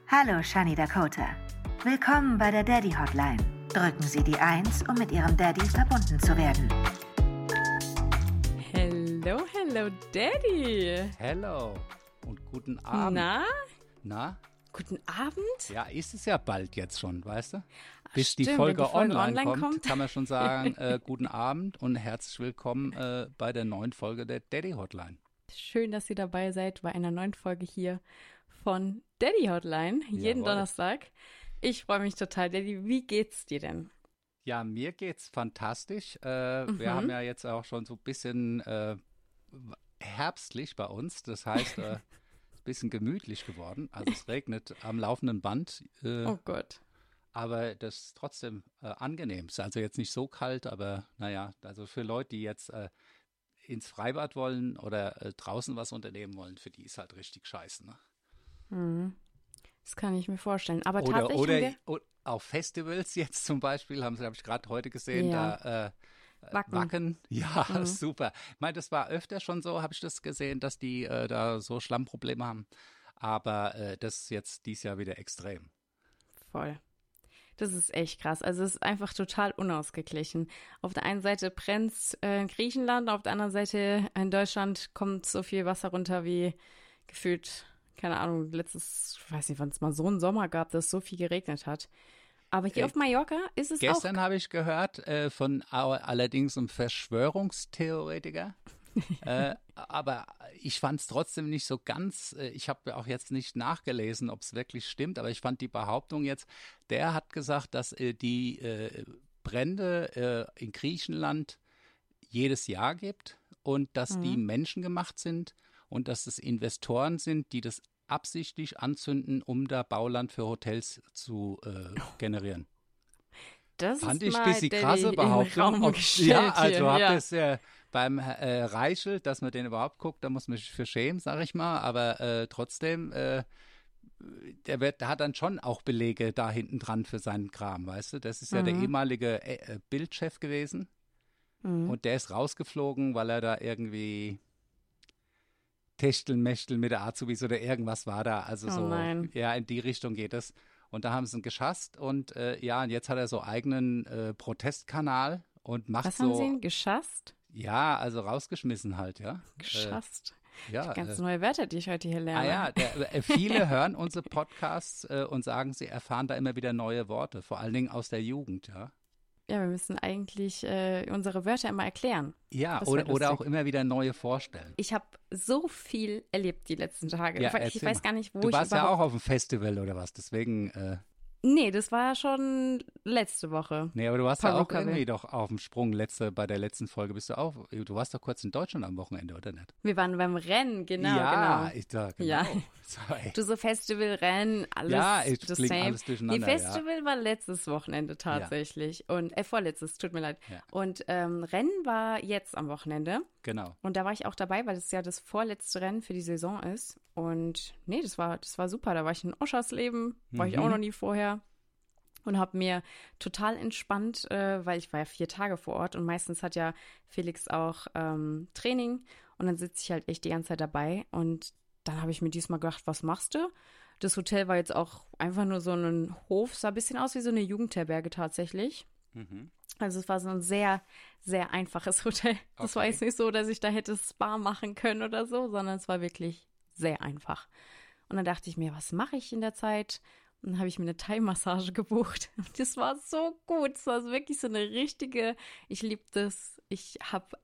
Hallo Shani Dakota. Willkommen bei der Daddy Hotline. Drücken Sie die 1, um mit Ihrem Daddy verbunden zu werden. Hello, Daddy. Hello und guten Abend. Na? Guten Abend? Ja, ist es ja bald jetzt schon, weißt du? Bis stimmt, die Folge, wenn die Folge online online kommt, kommt. kann man schon sagen, guten Abend und herzlich willkommen bei der neuen Folge der Daddy Hotline. Schön, dass ihr dabei seid bei einer neuen Folge hier von Daddy Hotline, jeden Jawohl. Donnerstag. Ich freue mich total. Daddy, wie geht's dir denn? Ja, mir geht's fantastisch. Wir haben ja jetzt auch schon so ein bisschen herbstlich bei uns. Das heißt, ein bisschen gemütlich geworden. Also es regnet am laufenden Band. Oh Gott. Aber das ist trotzdem angenehm. Es ist also jetzt nicht so kalt, aber naja, also für Leute, die jetzt ins Freibad wollen oder draußen was unternehmen wollen, für die ist halt richtig scheiße. Ne? Das kann ich mir vorstellen. Aber Oder, tatsächlich oder auf Festivals jetzt zum Beispiel, habe ich gerade heute gesehen, Ja. da Wacken. Wacken. Ja, super. Ich meine, das war öfter schon so, habe ich das gesehen, dass die da so Schlammprobleme haben. Aber das ist jetzt dieses Jahr wieder extrem. Voll. Das ist echt krass. Also es ist einfach total unausgeglichen. Auf der einen Seite brennt's in Griechenland, auf der anderen Seite in Deutschland kommt so viel Wasser runter wie gefühlt, keine Ahnung, ich weiß nicht, wann es mal so einen Sommer gab, dass so viel geregnet hat. Aber hier auf Mallorca ist es Gestern habe ich gehört von allerdings einem Verschwörungstheoretiker. Aber ich fand es trotzdem nicht so ganz, ich habe auch jetzt nicht nachgelesen, ob es wirklich stimmt, aber ich fand die Behauptung jetzt, der hat gesagt, dass die Brände in Griechenland jedes Jahr gibt und dass die menschengemacht sind und dass es Investoren sind, die das absichtlich anzünden, um da Bauland für Hotels zu generieren. das Fand ist ich ein mal bisschen Daddy krasse in den Behauptung. Raum gestellt Ja, also hier. habt Ja. ihr es beim Reichel, dass man den überhaupt guckt, da muss man sich für schämen, sag ich mal. Aber trotzdem, der hat dann schon auch Belege da hinten dran für seinen Kram, weißt du? Das ist ja der ehemalige Bildchef gewesen. Und der ist rausgeflogen, weil er da irgendwie Techtelmechtel mit der Azubis oder irgendwas war da. Also Oh nein. ja, in die Richtung geht es. Und da haben sie ihn geschasst und ja, und jetzt hat er so eigenen Protestkanal und macht Was so, haben Sie ihn geschasst? ja, also rausgeschmissen halt, ja. Geschasst. Ja, Ganz neue Wörter, die ich heute hier lerne. ja, viele hören unsere Podcasts und sagen, sie erfahren da immer wieder neue Worte, vor allen Dingen aus der Jugend, ja. Ja, wir müssen eigentlich unsere Wörter immer erklären. Ja, Das wär oder auch lustig. immer wieder neue vorstellen. Ich habe so viel erlebt die letzten Tage. Ja, Ich erzähl weiß mal. gar nicht, wo Du ich warst ja überhaupt... auch auf dem Festival oder was, deswegen, Nee, das war ja schon letzte Woche. nee, aber du warst ja auch Perukaville. irgendwie doch auf dem Sprung bei der letzten Folge bist du auch, du warst doch kurz in Deutschland am Wochenende, oder nicht? Wir waren beim Rennen, genau, ja, genau. ich sag, genau. Ja. So, ey. Du so Festival, Rennen, alles Ja, es the klingt same. alles durcheinander, Nee, Festival war letztes Wochenende tatsächlich. Und vorletztes, tut mir leid. Ja. Und Rennen war jetzt am Wochenende. Genau. Und da war ich auch dabei, weil das ja das vorletzte Rennen für die Saison ist. Und nee, das war super. Da war ich in Oschersleben, war ich auch noch nie vorher. Und habe mir total entspannt, weil ich war ja 4 Tage vor Ort und meistens hat ja Felix auch Training und dann sitze ich halt echt die ganze Zeit dabei und dann habe ich mir diesmal gedacht, was machst du? Das Hotel war jetzt auch einfach nur so ein Hof, sah ein bisschen aus wie so eine Jugendherberge tatsächlich. Also es war so ein sehr, sehr einfaches Hotel. Das war Okay. jetzt nicht so, dass ich da hätte Spa machen können oder so, sondern es war wirklich sehr einfach. Und dann dachte ich mir, was mache ich in der Zeit? Und dann habe ich mir eine Thai-Massage gebucht. Und das war so gut. Es war so wirklich so eine richtige, ich liebe das. Ich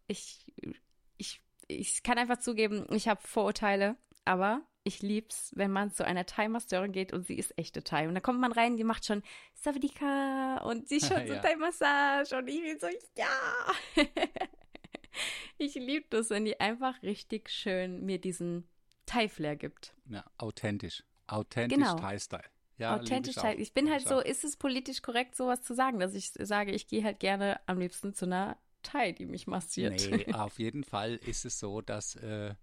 kann einfach zugeben, ich habe Vorurteile, aber ich lieb's, wenn man zu einer Thai-Masseurin geht und sie ist echte Thai. Und da kommt man rein, die macht schon Sawadika und sie schon so Ja. Thai-Massage und ich bin so, ja. Ich liebe das, wenn die einfach richtig schön mir diesen Thai-Flair gibt. Ja, authentisch. Authentisch Genau. Thai-Style. Ja, Authentisch lieb Thai. auch. Ich bin halt Lieb so, auch. ist es politisch korrekt, sowas zu sagen, dass ich sage, ich gehe halt gerne am liebsten zu einer Thai, die mich massiert. Nee, auf jeden Fall ist es so, dass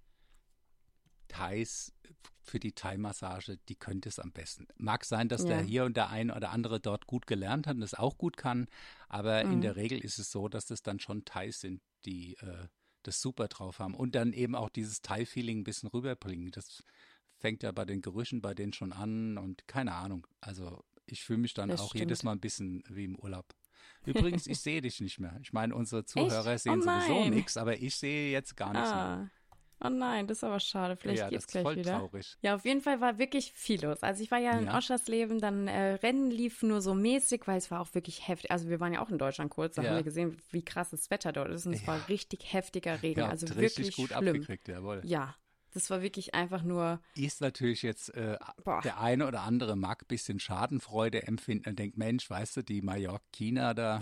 Thais für die Thai-Massage, die könnte es am besten. Mag sein, dass Ja. der hier und der ein oder andere dort gut gelernt hat und es auch gut kann, aber in der Regel ist es so, dass das dann schon Thais sind, die das super drauf haben und dann eben auch dieses Thai-Feeling ein bisschen rüberbringen. Das fängt ja bei den Gerüchen bei denen schon an und keine Ahnung. Also ich fühle mich dann Das auch stimmt. jedes Mal ein bisschen wie im Urlaub. Übrigens, ich sehe dich nicht mehr. Ich meine, unsere Zuhörer Echt? sehen Oh sowieso nein. nichts, aber ich sehe jetzt gar nichts mehr. Oh nein, das ist aber schade. Vielleicht Ja, das geht's ist gleich voll wieder. traurig. Ja, auf jeden Fall war wirklich viel los. Also ich war ja in Ja. Oschersleben, dann Rennen lief nur so mäßig, weil es war auch wirklich heftig. Also wir waren ja auch in Deutschland kurz, da Ja. haben wir gesehen, wie krass das Wetter dort ist. Und es Ja. war richtig heftiger Regen, Ja, also habt wirklich richtig gut schlimm. abgekriegt, jawohl. Ja, das war wirklich einfach nur, Ist natürlich jetzt, boah. der eine oder andere mag ein bisschen Schadenfreude empfinden und denkt, Mensch, weißt du, die Mallorquiner da,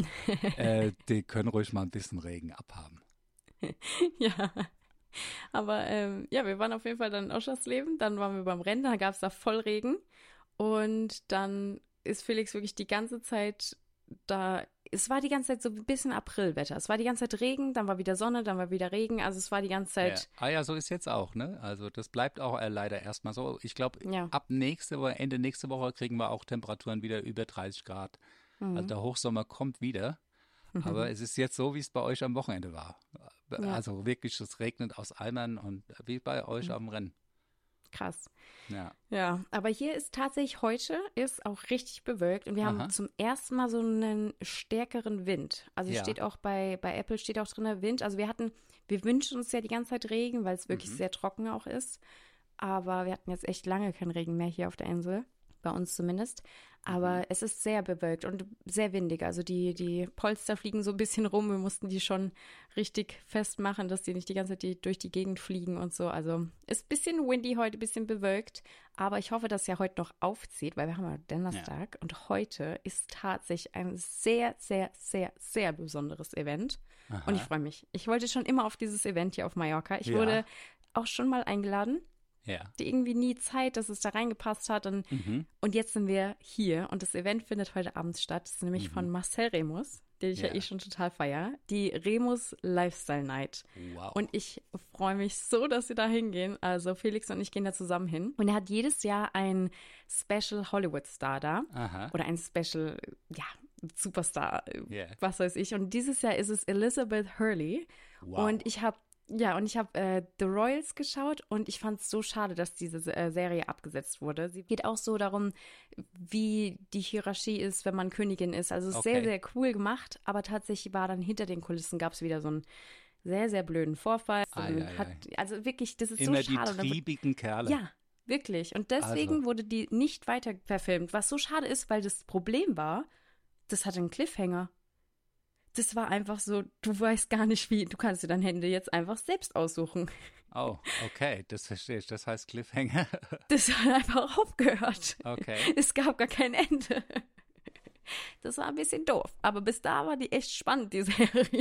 die können ruhig mal ein bisschen Regen abhaben. Ja. Aber ja, wir waren auf jeden Fall dann in Oschersleben, dann waren wir beim Rennen, da gab es da Vollregen und dann ist Felix wirklich die ganze Zeit da, es war die ganze Zeit so ein bisschen Aprilwetter. Es war die ganze Zeit Regen, dann war wieder Sonne, dann war wieder Regen, also es war die ganze Ja. Zeit, Ah ja, so ist jetzt auch, ne? Also das bleibt auch leider erstmal so. Ich glaube, ja. ab Ende nächste Woche kriegen wir auch Temperaturen wieder über 30 Grad. Also der Hochsommer kommt wieder. Aber es ist jetzt so, wie es bei euch am Wochenende war. Ja. Also wirklich, es regnet aus Eimern und wie bei euch am Rennen. Krass. Ja. Ja, aber hier ist tatsächlich heute ist auch richtig bewölkt und wir Aha. haben zum ersten Mal so einen stärkeren Wind. Also es Ja. steht auch bei Apple steht auch drin Wind. Also wir wünschen uns ja die ganze Zeit Regen, weil es wirklich sehr trocken auch ist. Aber wir hatten jetzt echt lange keinen Regen mehr hier auf der Insel, bei uns zumindest. Aber es ist sehr bewölkt und sehr windig. Also die Polster fliegen so ein bisschen rum. Wir mussten die schon richtig festmachen, dass die nicht die ganze Zeit durch die Gegend fliegen und so. Also ist ein bisschen windy heute, ein bisschen bewölkt. Aber ich hoffe, dass ja heute noch aufzieht, weil wir haben ja Donnerstag. Und heute ist tatsächlich ein sehr, sehr, sehr, sehr besonderes Event. Und ich freue mich. Ich wollte schon immer auf dieses Event hier auf Mallorca. Ich Ja. wurde auch schon mal eingeladen. Ja. Hatte irgendwie nie Zeit, dass es da reingepasst hat. Und jetzt sind wir hier und das Event findet heute Abend statt. Das ist nämlich von Marcel Remus, den ich ja Ja. schon total feiere. Die Remus Lifestyle Night. Wow. Und ich freue mich so, dass wir da hingehen. Also Felix und ich gehen da zusammen hin. Und er hat jedes Jahr einen Special Hollywood Star da. Aha. Oder ein Special, ja, Superstar, Yeah. was weiß ich. Und dieses Jahr ist es Elizabeth Hurley. Wow. Und ich habe The Royals geschaut und ich fand es so schade, dass diese Serie abgesetzt wurde. Sie geht auch so darum, wie die Hierarchie ist, wenn man Königin ist. Also es ist sehr, Okay. sehr cool gemacht, aber tatsächlich war dann hinter den Kulissen gab es wieder so einen sehr, sehr blöden Vorfall. Ei, ei, Also wirklich, das ist Immer so die schade. Und dann wird- triebigen Kerle. ja, wirklich. Und deswegen Also. wurde die nicht weiter verfilmt, was so schade ist, weil das Problem war, das hatte einen Cliffhanger. Das war einfach so, du weißt gar nicht wie, du kannst dir dein Handy jetzt einfach selbst aussuchen. Oh, okay, das verstehe ich. Das heißt Cliffhanger. Das hat einfach aufgehört. Okay. Es gab gar kein Ende. Das war ein bisschen doof. Aber bis da war die echt spannend, die Serie.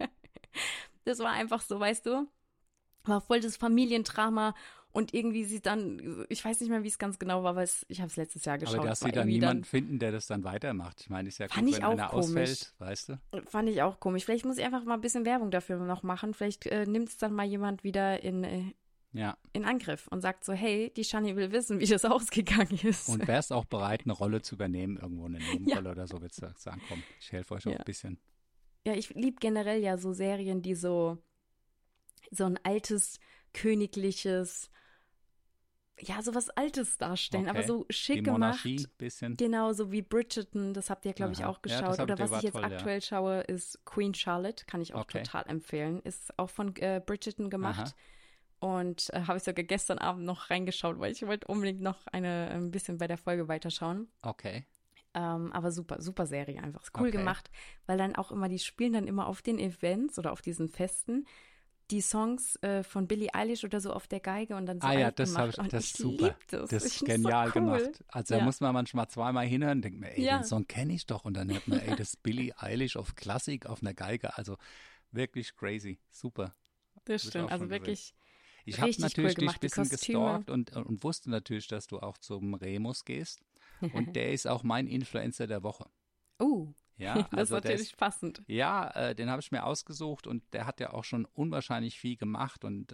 Das war einfach so, weißt du, war voll das Familiendrama und irgendwie sie dann, ich weiß nicht mehr, wie es ganz genau war, weil ich habe es letztes Jahr geschaut. Aber dass es war sie dann irgendwie niemanden finden, der das dann weitermacht. Ich meine, ist ja Fand gut, ich wenn auch einer komisch. ausfällt, weißt du? Fand ich auch komisch. Vielleicht muss ich einfach mal ein bisschen Werbung dafür noch machen. Vielleicht nimmt es dann mal jemand wieder in Angriff und sagt so, hey, die Shani will wissen, wie das ausgegangen ist. Und wärst auch bereit, eine Rolle zu übernehmen, irgendwo eine Nebenrolle oder so, würdest du sagen, komm, ich helfe euch auch Ja. ein bisschen. Ja, ich liebe generell ja so Serien, die so ein altes, königliches, ja, so was Altes darstellen, aber Okay. so schick Die gemacht. Monarchie, bisschen. Genau, so wie Bridgerton, das habt ihr, glaube ich, Aha. auch Ja, das geschaut. habt Oder ihr, was war ich jetzt toll, ja. aktuell schaue, ist Queen Charlotte, kann ich auch Okay. total empfehlen. Ist auch von Bridgerton gemacht. Und habe ich sogar gestern Abend noch reingeschaut, weil ich wollte unbedingt noch ein bisschen bei der Folge weiterschauen. Okay. Aber super, super Serie einfach. Ist cool Okay. gemacht, weil dann auch immer, die spielen dann immer auf den Events oder auf diesen Festen die Songs von Billie Eilish oder so auf der Geige und dann so Ja, alt das gemacht. habe ich, Und das ist ich super. lieb das. Das Ich ist find's genial so cool. gemacht. Also da Ja. muss man manchmal zweimal hinhören und denkt mir, ey, Ja. den Song kenne ich doch. Und dann hört man, ey, das ist Billie Eilish auf Klassik, auf einer Geige. Also wirklich crazy. Super. Das Hab ich stimmt, auch also schon gesehen. wirklich Ich habe richtig natürlich cool dich ein gemacht. Die bisschen Kostüme. gestalkt und wusste natürlich, dass du auch zum Remus gehst. Und der ist auch mein Influencer der Woche. Ja, das ist also der natürlich passend. Ja, den habe ich mir ausgesucht und der hat ja auch schon unwahrscheinlich viel gemacht und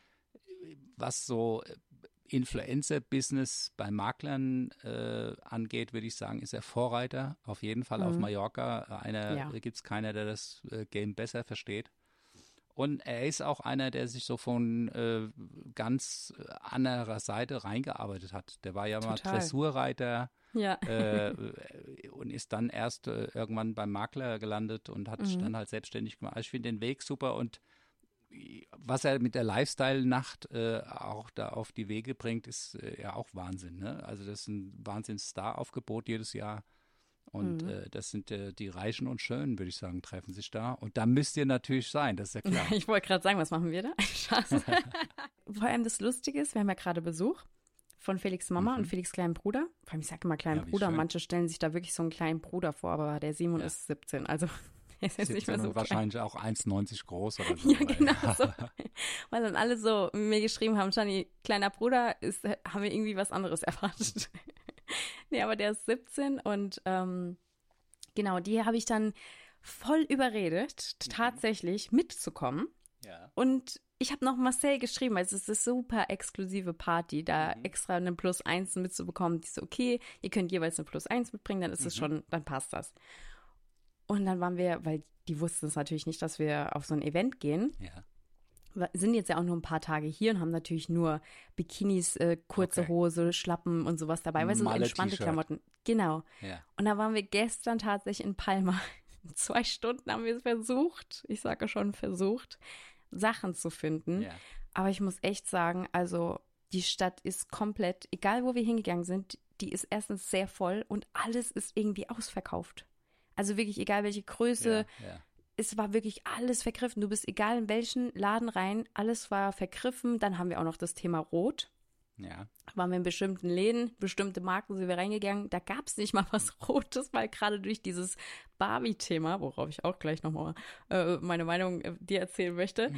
was so Influencer-Business bei Maklern angeht, würde ich sagen, ist er Vorreiter. Auf jeden Fall auf Mallorca. Ja. Gibt es keiner, der das Game besser versteht. Und er ist auch einer, der sich so von ganz anderer Seite reingearbeitet hat. Der war ja mal Total. Dressurreiter Ja. und ist dann erst irgendwann beim Makler gelandet und hat sich dann halt selbstständig gemacht. Also ich finde den Weg super und was er mit der Lifestyle-Nacht auch da auf die Wege bringt, ist ja auch Wahnsinn. Ne? Also das ist ein Wahnsinns-Star-Aufgebot jedes Jahr. Und das sind die Reichen und Schönen, würde ich sagen, treffen sich da. Und da müsst ihr natürlich sein, das ist ja klar. Ich wollte gerade sagen, was machen wir da? Spaß. Vor allem das Lustige ist, wir haben ja gerade Besuch von Felix' Mama und Felix' kleinen Bruder. Vor allem, ich sage immer kleinen Ja, wie Bruder, schön. manche stellen sich da wirklich so einen kleinen Bruder vor, aber der Simon Ja. ist 17, also er ist jetzt nicht mehr so Und klein. wahrscheinlich auch 1,90 groß oder so. Ja, genau so. Weil dann alle so mir geschrieben haben, Gianni, kleiner Bruder, haben wir irgendwie was anderes erwartet. Nee, aber der ist 17 und genau, die habe ich dann voll überredet, tatsächlich mitzukommen. Ja. Und ich habe noch Marcel geschrieben, weil es ist eine super exklusive Party, da extra eine +1 mitzubekommen. Die so, okay, ihr könnt jeweils eine +1 mitbringen, dann ist es schon, dann passt das. Und dann waren wir, weil die wussten es natürlich nicht, dass wir auf so ein Event gehen, Ja. sind jetzt ja auch nur ein paar Tage hier und haben natürlich nur Bikinis, kurze Okay. Hose, Schlappen und sowas dabei, weißt du, so Malle entspannte T-Shirt. Klamotten. Genau. Ja. Und da waren wir gestern tatsächlich in Palma. 2 Stunden haben wir es versucht, ich sage schon versucht, Sachen zu finden. Ja. Aber ich muss echt sagen, also die Stadt ist komplett, egal wo wir hingegangen sind, die ist erstens sehr voll und alles ist irgendwie ausverkauft. Also wirklich, egal welche Größe, Ja. es war wirklich alles vergriffen. Du bist egal in welchen Laden rein, alles war vergriffen. Dann haben wir auch noch das Thema Rot. Ja. Waren wir in bestimmten Läden, bestimmte Marken sind wir reingegangen. Da gab es nicht mal was Rotes, weil gerade durch dieses Barbie-Thema, worauf ich auch gleich nochmal meine Meinung dir erzählen möchte,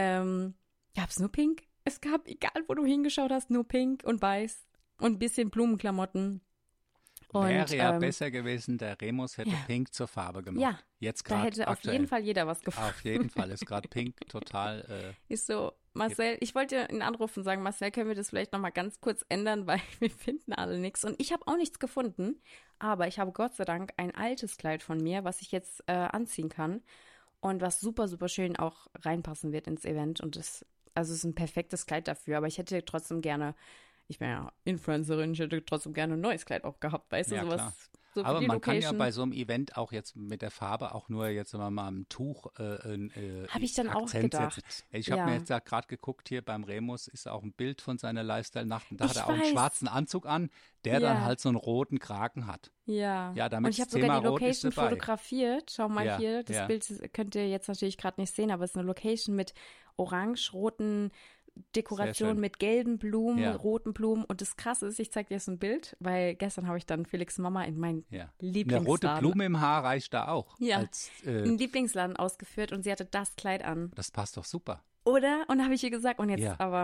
gab es nur Pink. Es gab, egal wo du hingeschaut hast, nur Pink und Weiß und ein bisschen Blumenklamotten. Und, Wäre ja besser gewesen, der Remus hätte ja. Pink zur Farbe gemacht. Ja, Jetzt da gerade hätte auf aktuell. jeden Fall jeder was gefunden. Auf jeden Fall ist gerade Pink total. Ist so, Marcel, ich wollte ihn anrufen und sagen, Marcel, können wir das vielleicht nochmal ganz kurz ändern, weil wir finden alle nichts. Und ich habe auch nichts gefunden, aber ich habe Gott sei Dank ein altes Kleid von mir, was ich jetzt anziehen kann und was super, super schön auch reinpassen wird ins Event. Und also es ist ein perfektes Kleid dafür, aber ich hätte trotzdem gerne, ich bin ja Influencerin, ich hätte trotzdem gerne ein neues Kleid auch gehabt, weißt du, Ja, sowas. klar. So für Aber die man kann ja Location. bei so einem Event auch jetzt mit der Farbe auch nur jetzt sagen wir mal ein Tuch Habe ich dann auch Akzent gedacht. setzen. Ich habe Ja. mir jetzt da gerade geguckt, hier beim Remus ist auch ein Bild von seiner Lifestyle-Nacht und da Ich hat er auch einen weiß. schwarzen Anzug an, der Ja. dann halt so einen roten Kragen hat. Ja, Ja, damit und ich habe das Thema sogar die Rot ist Location dabei. fotografiert. Schau mal Ja, hier, das ja. Bild könnt ihr jetzt natürlich gerade nicht sehen, aber es ist eine Location mit orange-roten Dekorationen, schön. mit gelben Blumen, Ja. roten Blumen. Und das Krasse ist, ich zeige dir jetzt ein Bild, weil gestern habe ich dann Felix' Mama in meinen Ja. Eine Lieblingsladen, rote Blume im Haar reicht da auch. Ja. Als, in den Lieblingsladen ausgeführt und sie hatte das Kleid an. das passt doch super. Oder? Und habe ich ihr gesagt, und jetzt Ja. aber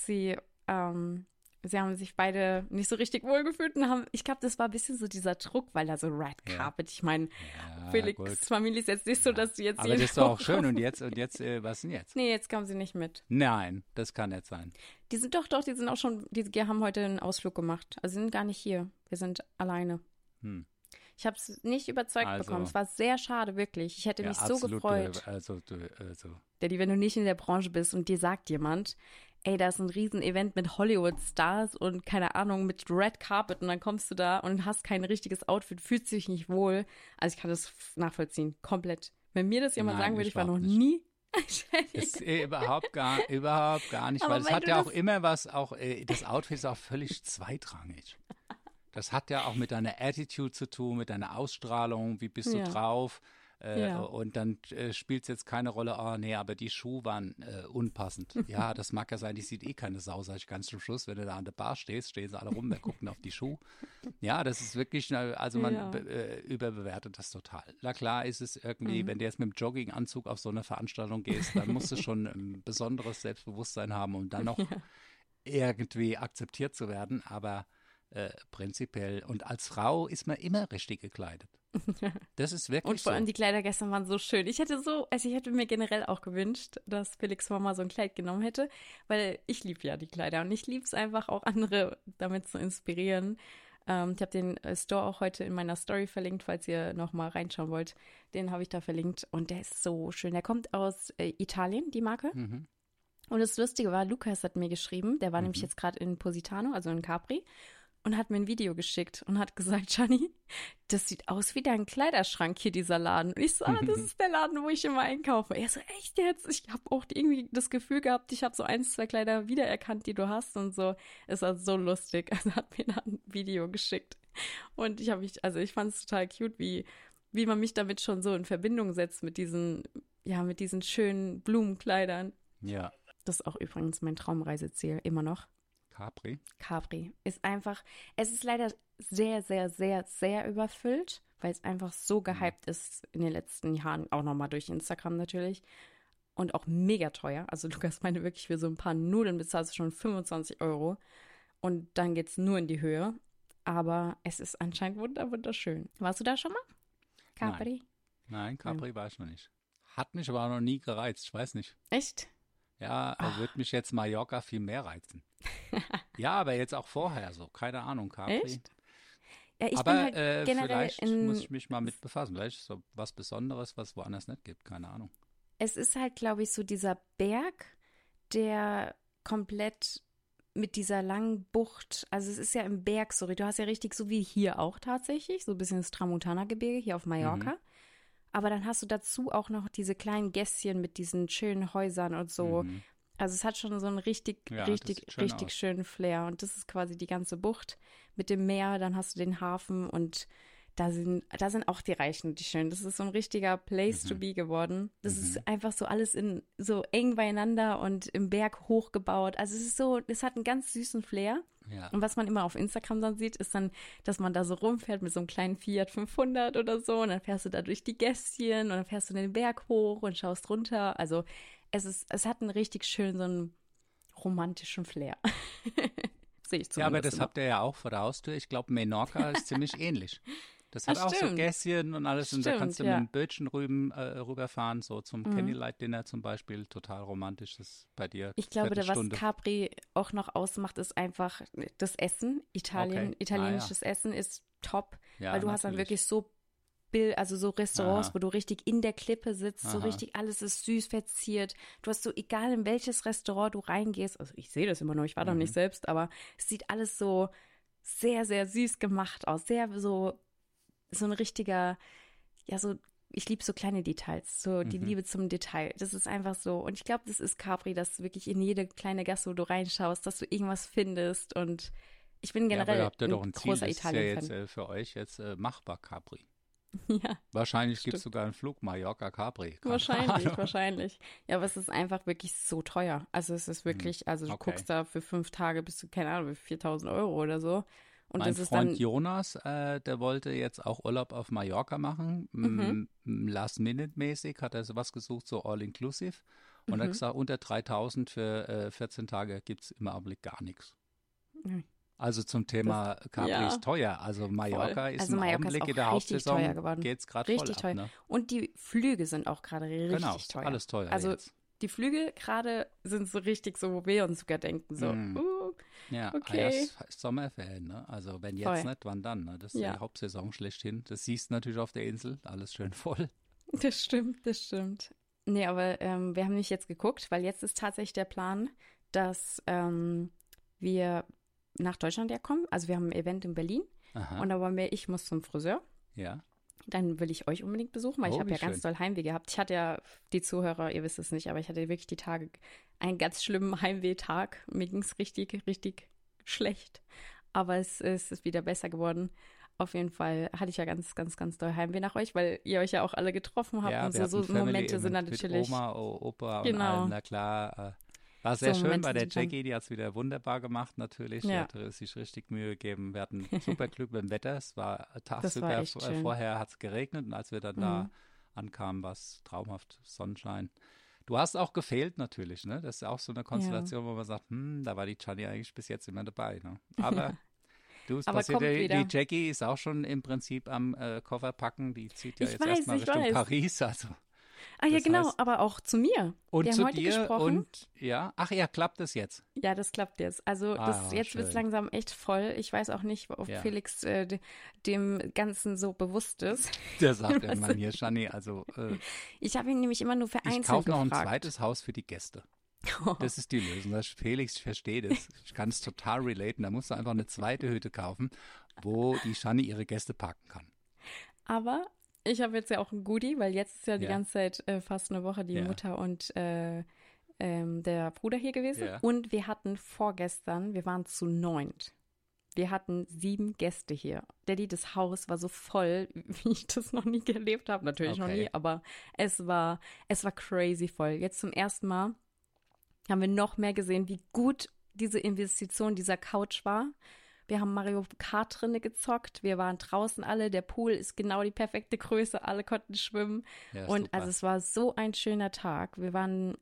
sie haben sich beide nicht so richtig wohlgefühlt und haben, ich glaube, das war ein bisschen so dieser Druck, weil da so Red Ja. Carpet, ich meine, Ja, Felix' gut. Familie ist jetzt nicht so, dass sie jetzt Aber jede das ist doch auch Woche- schön. Und jetzt, was denn jetzt? Nee, jetzt kommen sie nicht mit. Nein, das kann nicht sein. Die sind doch, die sind auch schon, die haben heute einen Ausflug gemacht. Also sie sind gar nicht hier. Wir sind alleine. Hm. Ich habe es nicht überzeugt Also- bekommen. Es war sehr schade, wirklich. Ich hätte Ja, mich so absolut, gefreut. Also, Daddy, wenn du nicht in der Branche bist und dir sagt jemand, ey, da ist ein Riesen-Event mit Hollywood-Stars und keine Ahnung, mit Red Carpet und dann kommst du da und hast kein richtiges Outfit, fühlst dich nicht wohl. Also ich kann das nachvollziehen, komplett. Wenn mir das jemand Nein, sagen würde, ich war noch überhaupt nicht. nie. ist überhaupt gar nicht, Aber weil es wenn hat du ja auch das- immer was, auch das Outfit ist auch völlig zweitrangig. Das hat ja auch mit deiner Attitude zu tun, mit deiner Ausstrahlung, wie bist Ja. du drauf. Ja. Und dann spielt es jetzt keine Rolle, oh nee, aber die Schuhe waren unpassend. Ja, das mag ja sein, die sieht eh keine Sau, sag ich ganz zum Schluss, wenn du da an der Bar stehst, stehen sie alle rum, wir gucken auf die Schuhe. Ja, das ist wirklich, also man Ja. überbewertet das total. Na klar ist es irgendwie, Mhm. wenn du jetzt mit dem Jogginganzug auf so eine Veranstaltung gehst, dann musst du schon ein besonderes Selbstbewusstsein haben, um dann noch irgendwie akzeptiert zu werden, aber prinzipiell. Und als Frau ist man immer richtig gekleidet. Das ist wirklich Und vor allem so. die Kleider gestern waren so schön. Ich hätte mir generell auch gewünscht, dass Felix Mama so ein Kleid genommen hätte, weil ich liebe ja die Kleider und ich liebe es einfach auch andere damit zu inspirieren. Ich habe den Store auch heute in meiner Story verlinkt, falls ihr noch mal reinschauen wollt. Den habe ich da verlinkt und der ist so schön. Der kommt aus Italien, die Marke. Mhm. Und das Lustige war, Lukas hat mir geschrieben, der war nämlich jetzt gerade in Positano, also in Capri, und hat mir ein Video geschickt und hat gesagt, Gianni, das sieht aus wie dein Kleiderschrank hier, dieser Laden. Und ich so, das ist der Laden, wo ich immer einkaufe. Er so, echt jetzt? Ich habe auch irgendwie das Gefühl gehabt, ich habe so 1, 2 Kleider wiedererkannt, die du hast und so. Es war so lustig. Also hat mir dann ein Video geschickt. Und ich fand es total cute, wie man mich damit schon so in Verbindung setzt mit diesen schönen Blumenkleidern. Ja. Das ist auch übrigens mein Traumreiseziel, immer noch. Capri ist einfach, es ist leider sehr, sehr, sehr, sehr überfüllt, weil es einfach so gehypt ist in den letzten Jahren, auch nochmal durch Instagram natürlich und auch mega teuer. Also Lukas meinte wirklich, für so ein paar Nudeln bezahlst du schon 25 € und dann geht's nur in die Höhe. Aber es ist anscheinend wunderschön. Warst du da schon mal? Capri? Nein, Capri war ich noch nicht. Hat mich aber auch noch nie gereizt, ich weiß nicht. Echt? Ja, würde mich jetzt Mallorca viel mehr reizen. Ja, aber jetzt auch vorher so, keine Ahnung, Capri. Echt? Ja, ich aber bin halt generell vielleicht muss ich mich mal mit befassen. Vielleicht ist so was Besonderes, was woanders nicht gibt, keine Ahnung. Es ist halt, glaube ich, so dieser Berg, der komplett mit dieser langen Bucht, also es ist ja im Berg, sorry, du hast ja richtig so wie hier auch tatsächlich, so ein bisschen das Tramontana-Gebirge hier auf Mallorca. Aber dann hast du dazu auch noch diese kleinen Gässchen mit diesen schönen Häusern und so. Also es hat schon so einen richtig schönen Flair. Und das ist quasi die ganze Bucht mit dem Meer. Dann hast du den Hafen und da sind auch die Reichen und die Schönen. Das ist so ein richtiger Place to be geworden. Das ist einfach so alles so eng beieinander und im Berg hochgebaut. Also es hat einen ganz süßen Flair. Ja. Und was man immer auf Instagram dann sieht, ist dann, dass man da so rumfährt mit so einem kleinen Fiat 500 oder so. Und dann fährst du da durch die Gässchen und dann fährst du den Berg hoch und schaust runter. Also es hat einen richtig schön so einen romantischen Flair. Sehe ich zumindest. Ja, aber das habt ihr ja auch vor der Haustür. Ich glaube, Menorca ist ziemlich ähnlich. Das hat auch so Gässchen und alles. Und da kannst du mit dem Bötchen rüberfahren, so zum Candlelight Dinner zum Beispiel. Total romantisch, das ist bei dir. Ich glaube, was Capri auch noch ausmacht, ist einfach das Essen. Italienisches Essen ist top, weil du hast dann wirklich so Restaurants, wo du richtig in der Klippe sitzt, so richtig, alles ist süß verziert. Du hast so, egal in welches Restaurant du reingehst, also ich sehe das immer noch, ich war da nicht selbst, aber es sieht alles so sehr, sehr süß gemacht aus. Sehr so ein richtiger, ja, so, ich liebe so kleine Details, so die Liebe zum Detail. Das ist einfach so. Und ich glaube, das ist Capri, dass wirklich in jede kleine Gasse, wo du reinschaust, dass du irgendwas findest. Und ich bin generell habt ihr doch ein Ziel, großer Italien-Fan. Das ist ja jetzt für euch jetzt machbar, Capri. Ja. Wahrscheinlich gibt es sogar einen Flug Mallorca-Capri. Wahrscheinlich. Ja, aber es ist einfach wirklich so teuer. Also es ist wirklich, du guckst da für 5 Tage bis zu, keine Ahnung, 4.000 € oder so. Und mein das ist Freund dann, Jonas, der wollte jetzt auch Urlaub auf Mallorca machen. Last-Minute-mäßig hat er sowas gesucht, so all-inclusive. Und er hat gesagt, unter 3.000 für 14 Tage gibt es im Augenblick gar nichts. Also zum Thema Capri ist teuer. Also Mallorca ist im Augenblick in der Hauptsaison, geht es gerade voll ab. Ne? Und die Flüge sind auch gerade richtig teuer. Alles teuer also jetzt. Die Flüge gerade sind so richtig so, wo wir uns sogar denken, so, ja, okay. Es ist Sommerferien, ne? Also wenn jetzt nicht, wann dann? Ne? Das ist die Hauptsaison schlechthin. Das siehst du natürlich auf der Insel, alles schön voll. Das stimmt. Nee, aber wir haben nicht jetzt geguckt, weil jetzt ist tatsächlich der Plan, dass wir nach Deutschland kommen. Also wir haben ein Event in Berlin. Aha. Und aber ich muss zum Friseur. Ja. Dann will ich euch unbedingt besuchen, weil ich habe ja ganz doll Heimweh gehabt. Ich hatte ja, die Zuhörer, ihr wisst es nicht, aber ich hatte wirklich die Tage einen ganz schlimmen Heimwehtag. Mir ging es richtig, richtig schlecht. Aber es ist wieder besser geworden. Auf jeden Fall hatte ich ja ganz, ganz, ganz doll Heimweh nach euch, weil ihr euch ja auch alle getroffen habt. Ja, und so Momente sind dann natürlich. Mit Oma, Opa und genau. allen, na klar. War sehr schön bei der Jackie, die hat es wieder wunderbar gemacht natürlich. Die hat sich richtig Mühe gegeben. Wir hatten super Glück mit dem Wetter. Es war tagsüber, vorher hat es geregnet und als wir dann da ankamen, war es traumhaft, Sonnenschein. Du hast auch gefehlt natürlich, ne? Das ist auch so eine Konstellation, wo man sagt, da war die Gianni eigentlich bis jetzt immer dabei. Ne? Aber es passiert, die Jackie ist auch schon im Prinzip am Koffer packen. Die zieht ja jetzt erstmal Richtung Paris, also. Ah ja, genau, aber auch zu mir. Und wir zu haben heute dir gesprochen. Und klappt das jetzt? Ja, das klappt jetzt. Also jetzt wird es langsam echt voll. Ich weiß auch nicht, ob Felix dem Ganzen so bewusst ist. Der sagt irgendwann hier, Gianni, also ich habe ihn nämlich immer nur für Einzel ich kaufe noch ein gefragt. zweites Haus für die Gäste. Das ist die Lösung. Das Felix, ich verstehe das. Ich kann es total relaten. Da musst du einfach eine zweite Hütte kaufen, wo die Shani ihre Gäste parken kann. Aber ich habe jetzt ja auch ein Goodie, weil jetzt ist ja die Ja. ganze Zeit fast eine Woche die Ja. Mutter und der Bruder hier gewesen. Ja. Und wir hatten vorgestern, wir waren zu 9. Wir hatten 7 Gäste hier. Daddy, das Haus war so voll, wie ich das noch nie gelebt habe. Natürlich noch Okay. nie, aber es war crazy voll. Jetzt zum ersten Mal haben wir noch mehr gesehen, wie gut diese Investition dieser Couch war. Wir haben Mario Kart drinne gezockt. Wir waren draußen alle. Der Pool ist genau die perfekte Größe. Alle konnten schwimmen. Ja, Und super. also es war so ein schöner Tag. Wir waren,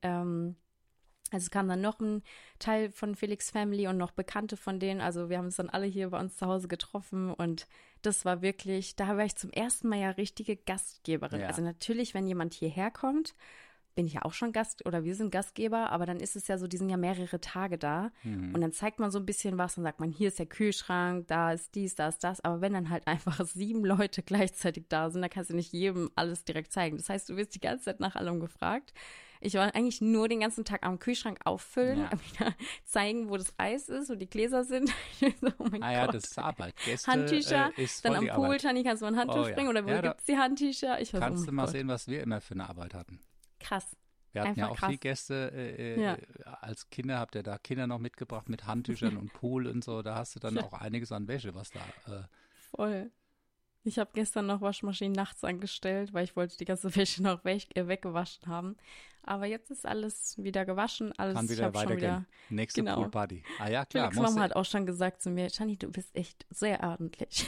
also es kam dann noch ein Teil von Felix Family und noch Bekannte von denen. Also wir haben uns dann alle hier bei uns zu Hause getroffen und das war wirklich, da war ich zum ersten Mal ja richtige Gastgeberin. Ja. Also natürlich, wenn jemand hierher kommt, bin ich ja auch schon Gast oder wir sind Gastgeber, aber dann ist es ja so, die sind ja mehrere Tage da und dann zeigt man so ein bisschen was und sagt man, hier ist der Kühlschrank, da ist dies, da ist das, aber wenn dann halt einfach 7 Leute gleichzeitig da sind, dann kannst du nicht jedem alles direkt zeigen. Das heißt, du wirst die ganze Zeit nach allem gefragt. Ich war eigentlich nur den ganzen Tag am Kühlschrank auffüllen, Ja. wieder zeigen, wo das Eis ist, wo die Gläser sind. Ich so, oh mein Ja, Gott. das ist Arbeit. Gäste, Handtücher, ist dann voll am die Pool, Arbeit. Tani, kannst du mal ein Handtuch Oh ja. bringen oder wo Ja, da gibt's die Handtücher? Ich war so, Kannst oh du mein mal Gott. sehen, was wir immer für eine Arbeit hatten. Krass. Wir hatten ja Einfach auch viel krass. Gäste Ja. als Kinder, habt ihr da Kinder noch mitgebracht mit Handtüchern und Pool und so, da hast du dann auch einiges an Wäsche, was da, Voll. Ich habe gestern noch Waschmaschinen nachts angestellt, weil ich wollte die ganze Wäsche noch weggewaschen haben. Aber jetzt ist alles wieder gewaschen, alles. kann ich wieder hab schon weitergehen. Nächste genau. Poolparty. Ah ja, klar. Felix Mama hat auch schon gesagt zu mir, Shani, du bist echt sehr ordentlich.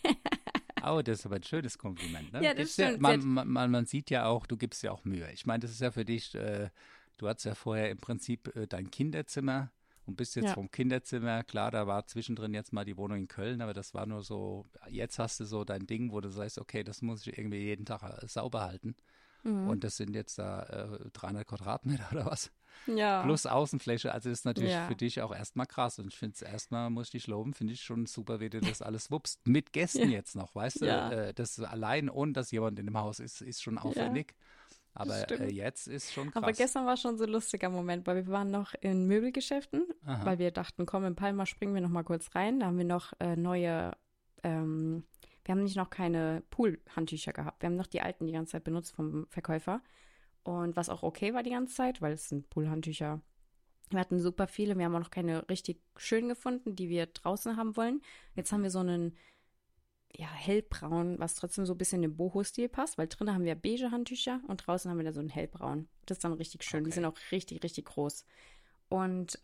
Oh, das ist aber ein schönes Kompliment. Ne? Ja, das Gibt's stimmt. Man sieht ja auch, du gibst ja auch Mühe. Ich meine, das ist ja für dich, du hattest ja vorher im Prinzip dein Kinderzimmer und bist jetzt Ja. vom Kinderzimmer, klar, da war zwischendrin jetzt mal die Wohnung in Köln, aber das war nur so, jetzt hast du so dein Ding, wo du sagst, okay, das muss ich irgendwie jeden Tag sauber halten. Mhm. Und das sind jetzt da 300 Quadratmeter oder was? Ja. Plus Außenfläche, also das ist natürlich Ja. für dich auch erstmal krass. Und ich finde es erstmal, muss ich dich loben, finde ich schon super, wie du das alles wuppst. Mit Gästen Ja. jetzt noch, weißt du? Ja. Das allein, ohne dass jemand in dem Haus ist schon aufwendig. Aber stimmt. jetzt ist schon krass. Aber gestern war schon so ein lustiger Moment, weil wir waren noch in Möbelgeschäften, Aha. weil wir dachten, komm, in Palma springen wir noch mal kurz rein. Da haben wir noch neue, wir haben nicht noch keine Pool-Handtücher gehabt. Wir haben noch die alten die ganze Zeit benutzt vom Verkäufer. Und was auch okay war die ganze Zeit, weil es sind Pool-Handtücher. Wir hatten super viele, wir haben auch noch keine richtig schön gefunden, die wir draußen haben wollen. Jetzt haben wir so einen, ja, hellbraun, was trotzdem so ein bisschen in den Boho-Stil passt, weil drinnen haben wir beige Handtücher und draußen haben wir da so einen hellbraun. Das ist dann richtig schön. Die Okay. sind auch richtig, richtig groß. Und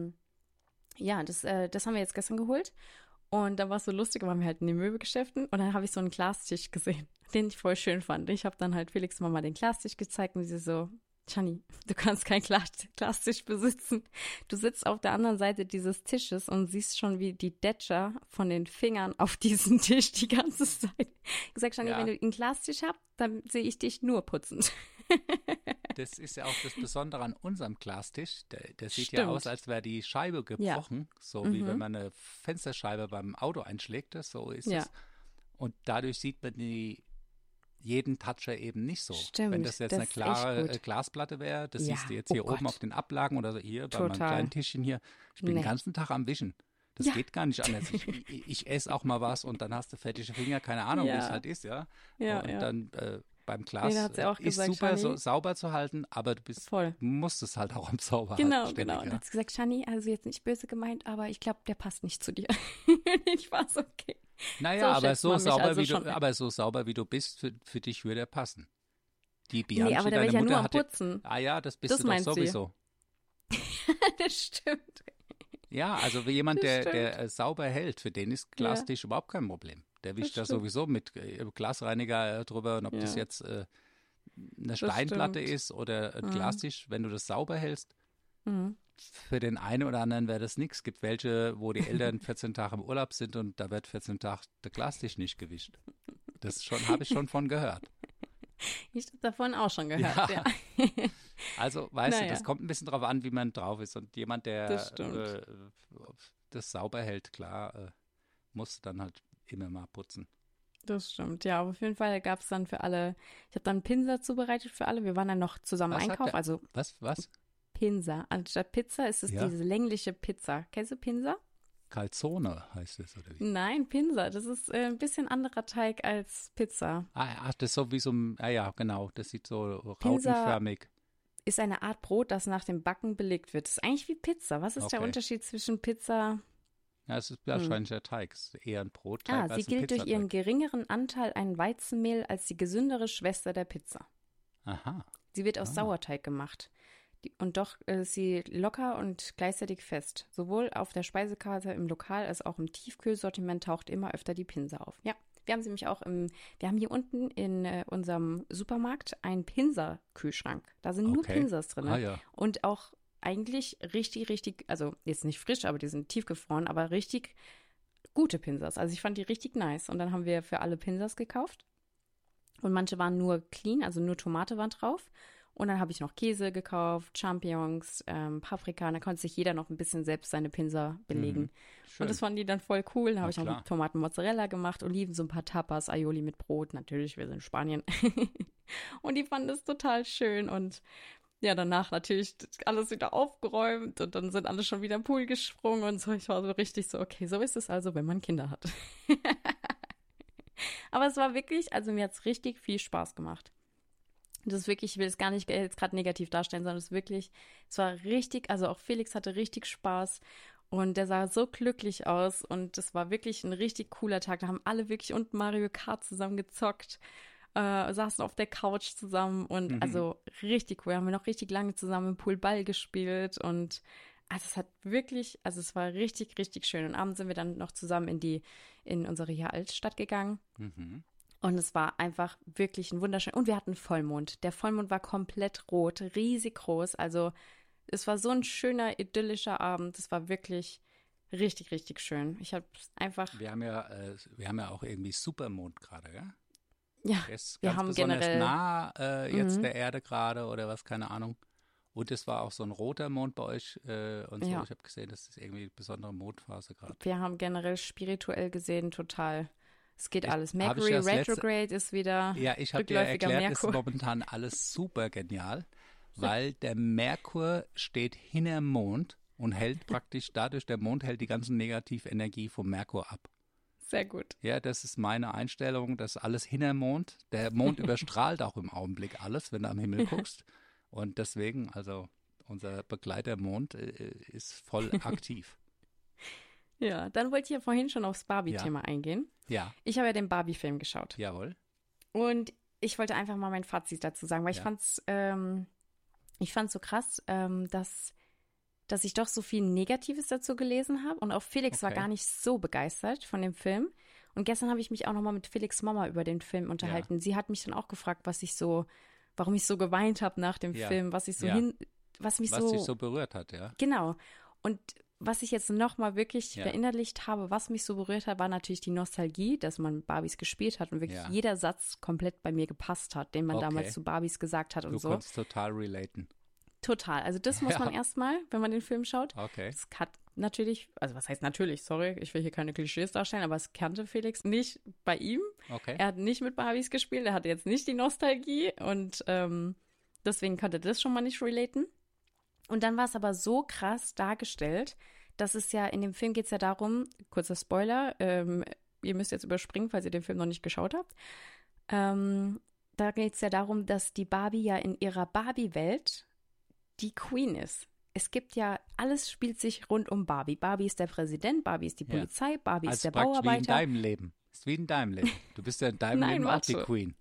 ja, das haben wir jetzt gestern geholt. Und dann war es so lustig, waren wir halt in den Möbelgeschäften und dann habe ich so einen Glastisch gesehen, den ich voll schön fand. Ich habe dann halt Felix Mama den Glastisch gezeigt und sie so, Shani, du kannst keinen Glastisch besitzen. Du sitzt auf der anderen Seite dieses Tisches und siehst schon, wie die Detscher von den Fingern auf diesen Tisch die ganze Zeit. Ich gesagt, Shani, Ja. wenn du einen Glastisch habt, dann sehe ich dich nur putzend. Das ist ja auch das Besondere an unserem Glastisch. Der sieht ja Stimmt. aus, als wäre die Scheibe gebrochen. So wie wenn man eine Fensterscheibe beim Auto einschlägt. So ist Ja. es. Und dadurch sieht man jeden Toucher eben nicht so. Stimmt, Wenn das jetzt das eine ist klare echt gut. Glasplatte wäre, das Ja, siehst du jetzt oh hier oben Gott. auf den Ablagen oder so hier bei meinem Total. kleinen Tischchen hier. Ich bin Nee. den ganzen Tag am Wischen. Das Ja. geht gar nicht anders. Ich esse auch mal was und dann hast du fettige Finger, keine Ahnung, wie Ja. es halt ist, ja. Ja, und ja. dann beim Glas da hat sie auch ist gesagt, super Shani. sauber zu halten, aber du Voll. musst es halt auch am sauber Genau, halten. ständig, genau. Und Ja. dann hat sie gesagt, Shani, also jetzt nicht böse gemeint, aber ich glaube, der passt nicht zu dir. Ich war so, okay. Naja, so aber schätzt man mich also schon. so sauber wie du bist, für dich würde er passen. Die Nee, Bianchi, aber da wäre deine ich ja Mutter nur am hatte, Putzen. ja, das bist Das du doch meint sie. sowieso. Das stimmt. Ja, also wie jemand, Das der sauber hält, für den ist Glastisch überhaupt kein Problem. Der wischt da stimmt. sowieso mit Glasreiniger drüber und ob das Ja. jetzt eine Steinplatte stimmt. ist oder ein Glastisch, wenn du das sauber hältst, Mhm. für den einen oder anderen wäre das nichts. Es gibt welche, wo die Eltern 14 Tage im Urlaub sind und da wird 14 Tage der Glastisch nicht gewischt. Das habe ich schon von gehört. Ich habe davon auch schon gehört, ja. Also, weißt du, Naja. das kommt ein bisschen drauf an, wie man drauf ist. Und jemand, der Das stimmt. das sauber hält, klar, muss dann halt immer mal putzen. Das stimmt, ja. Aber auf jeden Fall gab es dann für alle, ich habe dann Pinsel zubereitet für alle. Wir waren dann noch zusammen Was habt einkaufen, ihr- also Was? Pinsa. Anstatt Pizza ist es diese längliche Pizza. Kennst du Pinsa? Calzone heißt es, oder wie? Nein, Pinsa. Das ist ein bisschen anderer Teig als Pizza. Das ist so wie so ein, ja, genau, das sieht so Pinsa rautenförmig. Ist eine Art Brot, das nach dem Backen belegt wird. Das ist eigentlich wie Pizza. Was ist der Unterschied zwischen Pizza? Ja, es ist wahrscheinlich der Teig. Es ist eher ein Brotteig als sie ein gilt durch Pizzateig. ihren geringeren Anteil an Weizenmehl als die gesündere Schwester der Pizza. Aha. Sie wird aus Sauerteig gemacht. Und doch ist sie locker und gleichzeitig fest. Sowohl auf der Speisekarte im Lokal als auch im Tiefkühlsortiment taucht immer öfter die Pinsa auf. Ja, wir haben sie nämlich auch wir haben hier unten in unserem Supermarkt einen Pinsa-Kühlschrank. Da sind nur Pinsas drin. Ja. Und auch eigentlich richtig, also jetzt nicht frisch, aber die sind tiefgefroren, aber richtig gute Pinsas. Also ich fand die richtig nice. Und dann haben wir für alle Pinsas gekauft. Und manche waren nur clean, also nur Tomate war drauf. Und dann habe ich noch Käse gekauft, Champignons, Paprika. Und dann konnte sich jeder noch ein bisschen selbst seine Pinsa belegen. Schön. Und das fanden die dann voll cool. Dann habe ich noch Tomaten Mozzarella gemacht, Oliven, so ein paar Tapas, Aioli mit Brot. Natürlich, wir sind in Spanien. Und die fanden das total schön. Und ja, danach natürlich alles wieder aufgeräumt. Und dann sind alle schon wieder im Pool gesprungen und so. Ich war so richtig so, okay, so ist es also, wenn man Kinder hat. Aber es war wirklich, also mir hat es richtig viel Spaß gemacht. Das ist wirklich, ich will es gar nicht jetzt gerade negativ darstellen, sondern es war richtig, also auch Felix hatte richtig Spaß und der sah so glücklich aus und es war wirklich ein richtig cooler Tag. Da haben alle wirklich unten Mario Kart zusammen gezockt, saßen auf der Couch zusammen und also richtig cool. Haben wir noch richtig lange zusammen im Pool Ball gespielt und also es war richtig, richtig schön. Und abends sind wir dann noch zusammen in unsere hier Altstadt gegangen. Und es war einfach wirklich ein wunderschön. Und wir hatten Vollmond. Der Vollmond war komplett rot, riesig groß. Also es war so ein schöner, idyllischer Abend. Es war wirklich richtig, richtig schön. Ich habe einfach. Wir haben ja auch irgendwie Supermond gerade, ja? Ja, Der ist wir ganz haben besonders generell nah jetzt der Erde gerade oder was, keine Ahnung. Und es war auch so ein roter Mond bei euch und so. Ja. Ich habe gesehen, das ist irgendwie eine besondere Mondphase gerade. Wir haben generell spirituell gesehen total. Es geht alles. Mercury das Retrograde ist wieder Ja, ich habe dir rückläufiger erklärt, ist Merkur. momentan alles super genial, weil der Merkur steht hinterm Mond und hält praktisch dadurch, der Mond hält die ganze Negativenergie vom Merkur ab. Sehr gut. Ja, das ist meine Einstellung, das ist alles hinterm Mond. Der Mond überstrahlt auch im Augenblick alles, wenn du am Himmel guckst. Und deswegen, also unser Begleiter Mond ist voll aktiv. Ja, dann wollte ich ja vorhin schon aufs Barbie-Thema eingehen. Ja. Ich habe ja den Barbie-Film geschaut. Jawohl. Und ich wollte einfach mal mein Fazit dazu sagen, weil ich fand's so krass, dass ich doch so viel Negatives dazu gelesen habe. Und auch Felix war gar nicht so begeistert von dem Film. Und gestern habe ich mich auch nochmal mit Felix' Mama über den Film unterhalten. Ja. Sie hat mich dann auch gefragt, warum ich so geweint habe nach dem Film, was mich so berührt hat, ja. Genau. Und was ich jetzt nochmal wirklich verinnerlicht habe, was mich so berührt hat, war natürlich die Nostalgie, dass man Barbies gespielt hat und wirklich jeder Satz komplett bei mir gepasst hat, den man damals zu Barbies gesagt hat und so. Du konntest total relaten. Total. Also das muss man erstmal, wenn man den Film schaut. Okay. Das hat natürlich, also was heißt natürlich, sorry, ich will hier keine Klischees darstellen, aber es kannte Felix nicht bei ihm. Okay. Er hat nicht mit Barbies gespielt, er hatte jetzt nicht die Nostalgie und deswegen konnte er das schon mal nicht relaten. Und dann war es aber so krass dargestellt, dass es ja, in dem Film geht es ja darum, kurzer Spoiler, ihr müsst jetzt überspringen, falls ihr den Film noch nicht geschaut habt. Da geht es ja darum, dass die Barbie ja in ihrer Barbie-Welt die Queen ist. Es gibt ja, alles spielt sich rund um Barbie. Barbie ist der Präsident, Barbie ist die Polizei, Barbie ist der Bauarbeiter. Wie in deinem Leben. Ist wie in deinem Leben. Du bist ja in deinem Leben auch die Queen.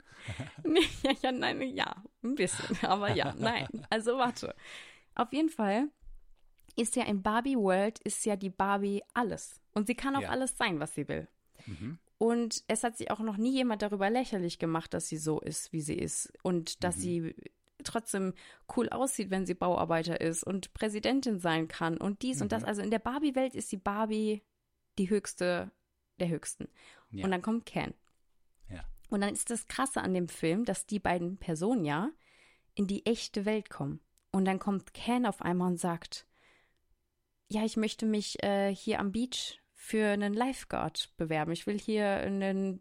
Ein bisschen. Aber ja, nein. Also warte. Auf jeden Fall ist ja in Barbie World ist ja die Barbie alles. Und sie kann auch alles sein, was sie will. Und es hat sich auch noch nie jemand darüber lächerlich gemacht, dass sie so ist, wie sie ist. Und dass sie trotzdem cool aussieht, wenn sie Bauarbeiter ist und Präsidentin sein kann und dies und das. Also in der Barbie-Welt ist die Barbie die höchste der höchsten. Ja. Und dann kommt Ken. Ja. Und dann ist das Krasse an dem Film, dass die beiden Personen ja in die echte Welt kommen. Und dann kommt Ken auf einmal und sagt, ja, ich möchte mich hier am Beach für einen Lifeguard bewerben. Ich will hier einen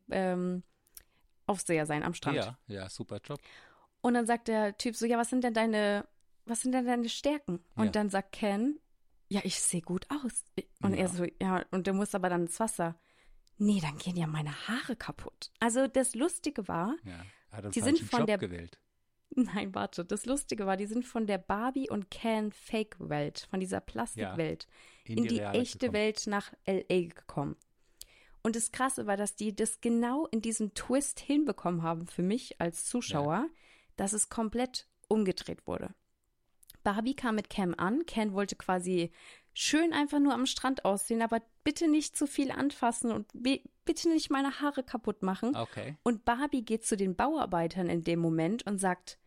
Aufseher sein am Strand. Ja, super Job. Und dann sagt der Typ so, ja, was sind denn deine was sind denn deine Stärken? Und Ja. dann sagt Ken, ja, ich sehe gut aus. Und Ja. er so, ja, und du musst aber dann ins Wasser. Nee, dann gehen ja meine Haare kaputt. Also das Lustige war, Ja. Hat einen Die sind falschen von Job der- gewählt. nein, warte, das Lustige war, die sind von der Barbie- und Ken-Fake-Welt, von dieser Plastikwelt, in die reale echte gekommen. Welt nach L.A. gekommen. Und das Krasse war, dass die das genau in diesem Twist hinbekommen haben für mich als Zuschauer, dass es komplett umgedreht wurde. Barbie kam mit Ken an. Ken wollte quasi schön einfach nur am Strand aussehen, aber bitte nicht zu viel anfassen und bitte nicht meine Haare kaputt machen. Okay. Und Barbie geht zu den Bauarbeitern in dem Moment und sagt,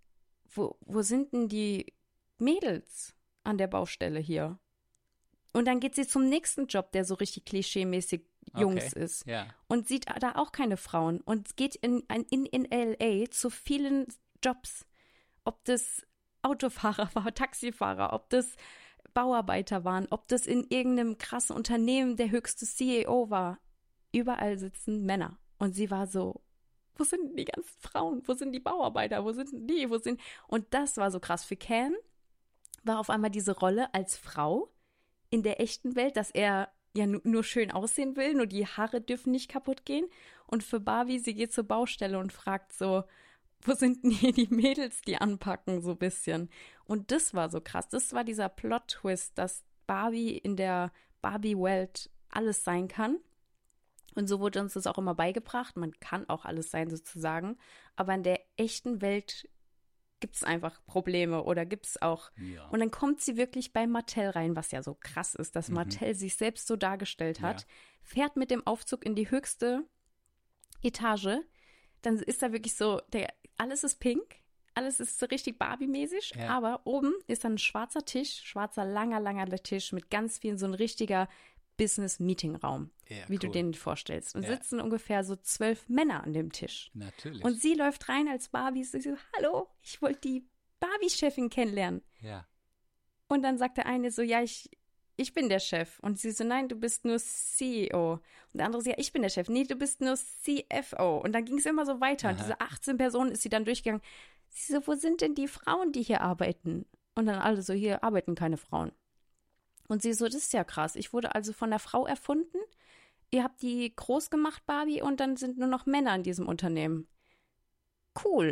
wo sind denn die Mädels an der Baustelle hier? Und dann geht sie zum nächsten Job, der so richtig klischeemäßig Jungs Okay. ist. Ja. Und sieht da auch keine Frauen und geht in L.A. zu vielen Jobs. Ob das Autofahrer war, Taxifahrer, ob das Bauarbeiter waren, ob das in irgendeinem krassen Unternehmen der höchste CEO war. Überall sitzen Männer. Und sie war so, wo sind denn die ganzen Frauen? Wo sind die Bauarbeiter? Wo sind denn die? Und das war so krass. Für Ken war auf einmal diese Rolle als Frau in der echten Welt, dass er ja nur schön aussehen will, nur die Haare dürfen nicht kaputt gehen. Und für Barbie, sie geht zur Baustelle und fragt so, wo sind denn hier die Mädels, die anpacken, so ein bisschen. Und das war so krass. Das war dieser Plot-Twist, dass Barbie in der Barbie-Welt alles sein kann. Und so wurde uns das auch immer beigebracht. Man kann auch alles sein, sozusagen. Aber in der echten Welt gibt es einfach Probleme oder gibt es auch. Ja. Und dann kommt sie wirklich bei Mattel rein, was ja so krass ist, dass Mattel sich selbst so dargestellt hat, fährt mit dem Aufzug in die höchste Etage. Dann ist da wirklich so, alles ist pink, alles ist so richtig Barbie-mäßig, Ja. aber oben ist dann ein schwarzer Tisch, schwarzer, langer Tisch mit ganz vielen, so ein richtiger Business-Meeting-Raum, Ja, wie du cool. den dir vorstellst. Und Ja. sitzen ungefähr so 12 Männer an dem Tisch. Natürlich. Und sie läuft rein als Barbie, sie so, hallo, ich wollte die Barbie-Chefin kennenlernen. ja. Und dann sagt der eine so, ja, ich bin der Chef. Und sie so, nein, du bist nur CEO. Und der andere so, ja, ich bin der Chef. Nee, du bist nur CFO. Und dann ging es immer so weiter. Und Aha. diese 18 Personen ist sie dann durchgegangen. Sie so, wo sind denn die Frauen, die hier arbeiten? Und dann alle so, hier arbeiten keine Frauen. Und sie so, das ist ja krass. Ich wurde also von einer Frau erfunden. Ihr habt die groß gemacht, Barbie, und dann sind nur noch Männer in diesem Unternehmen. Cool.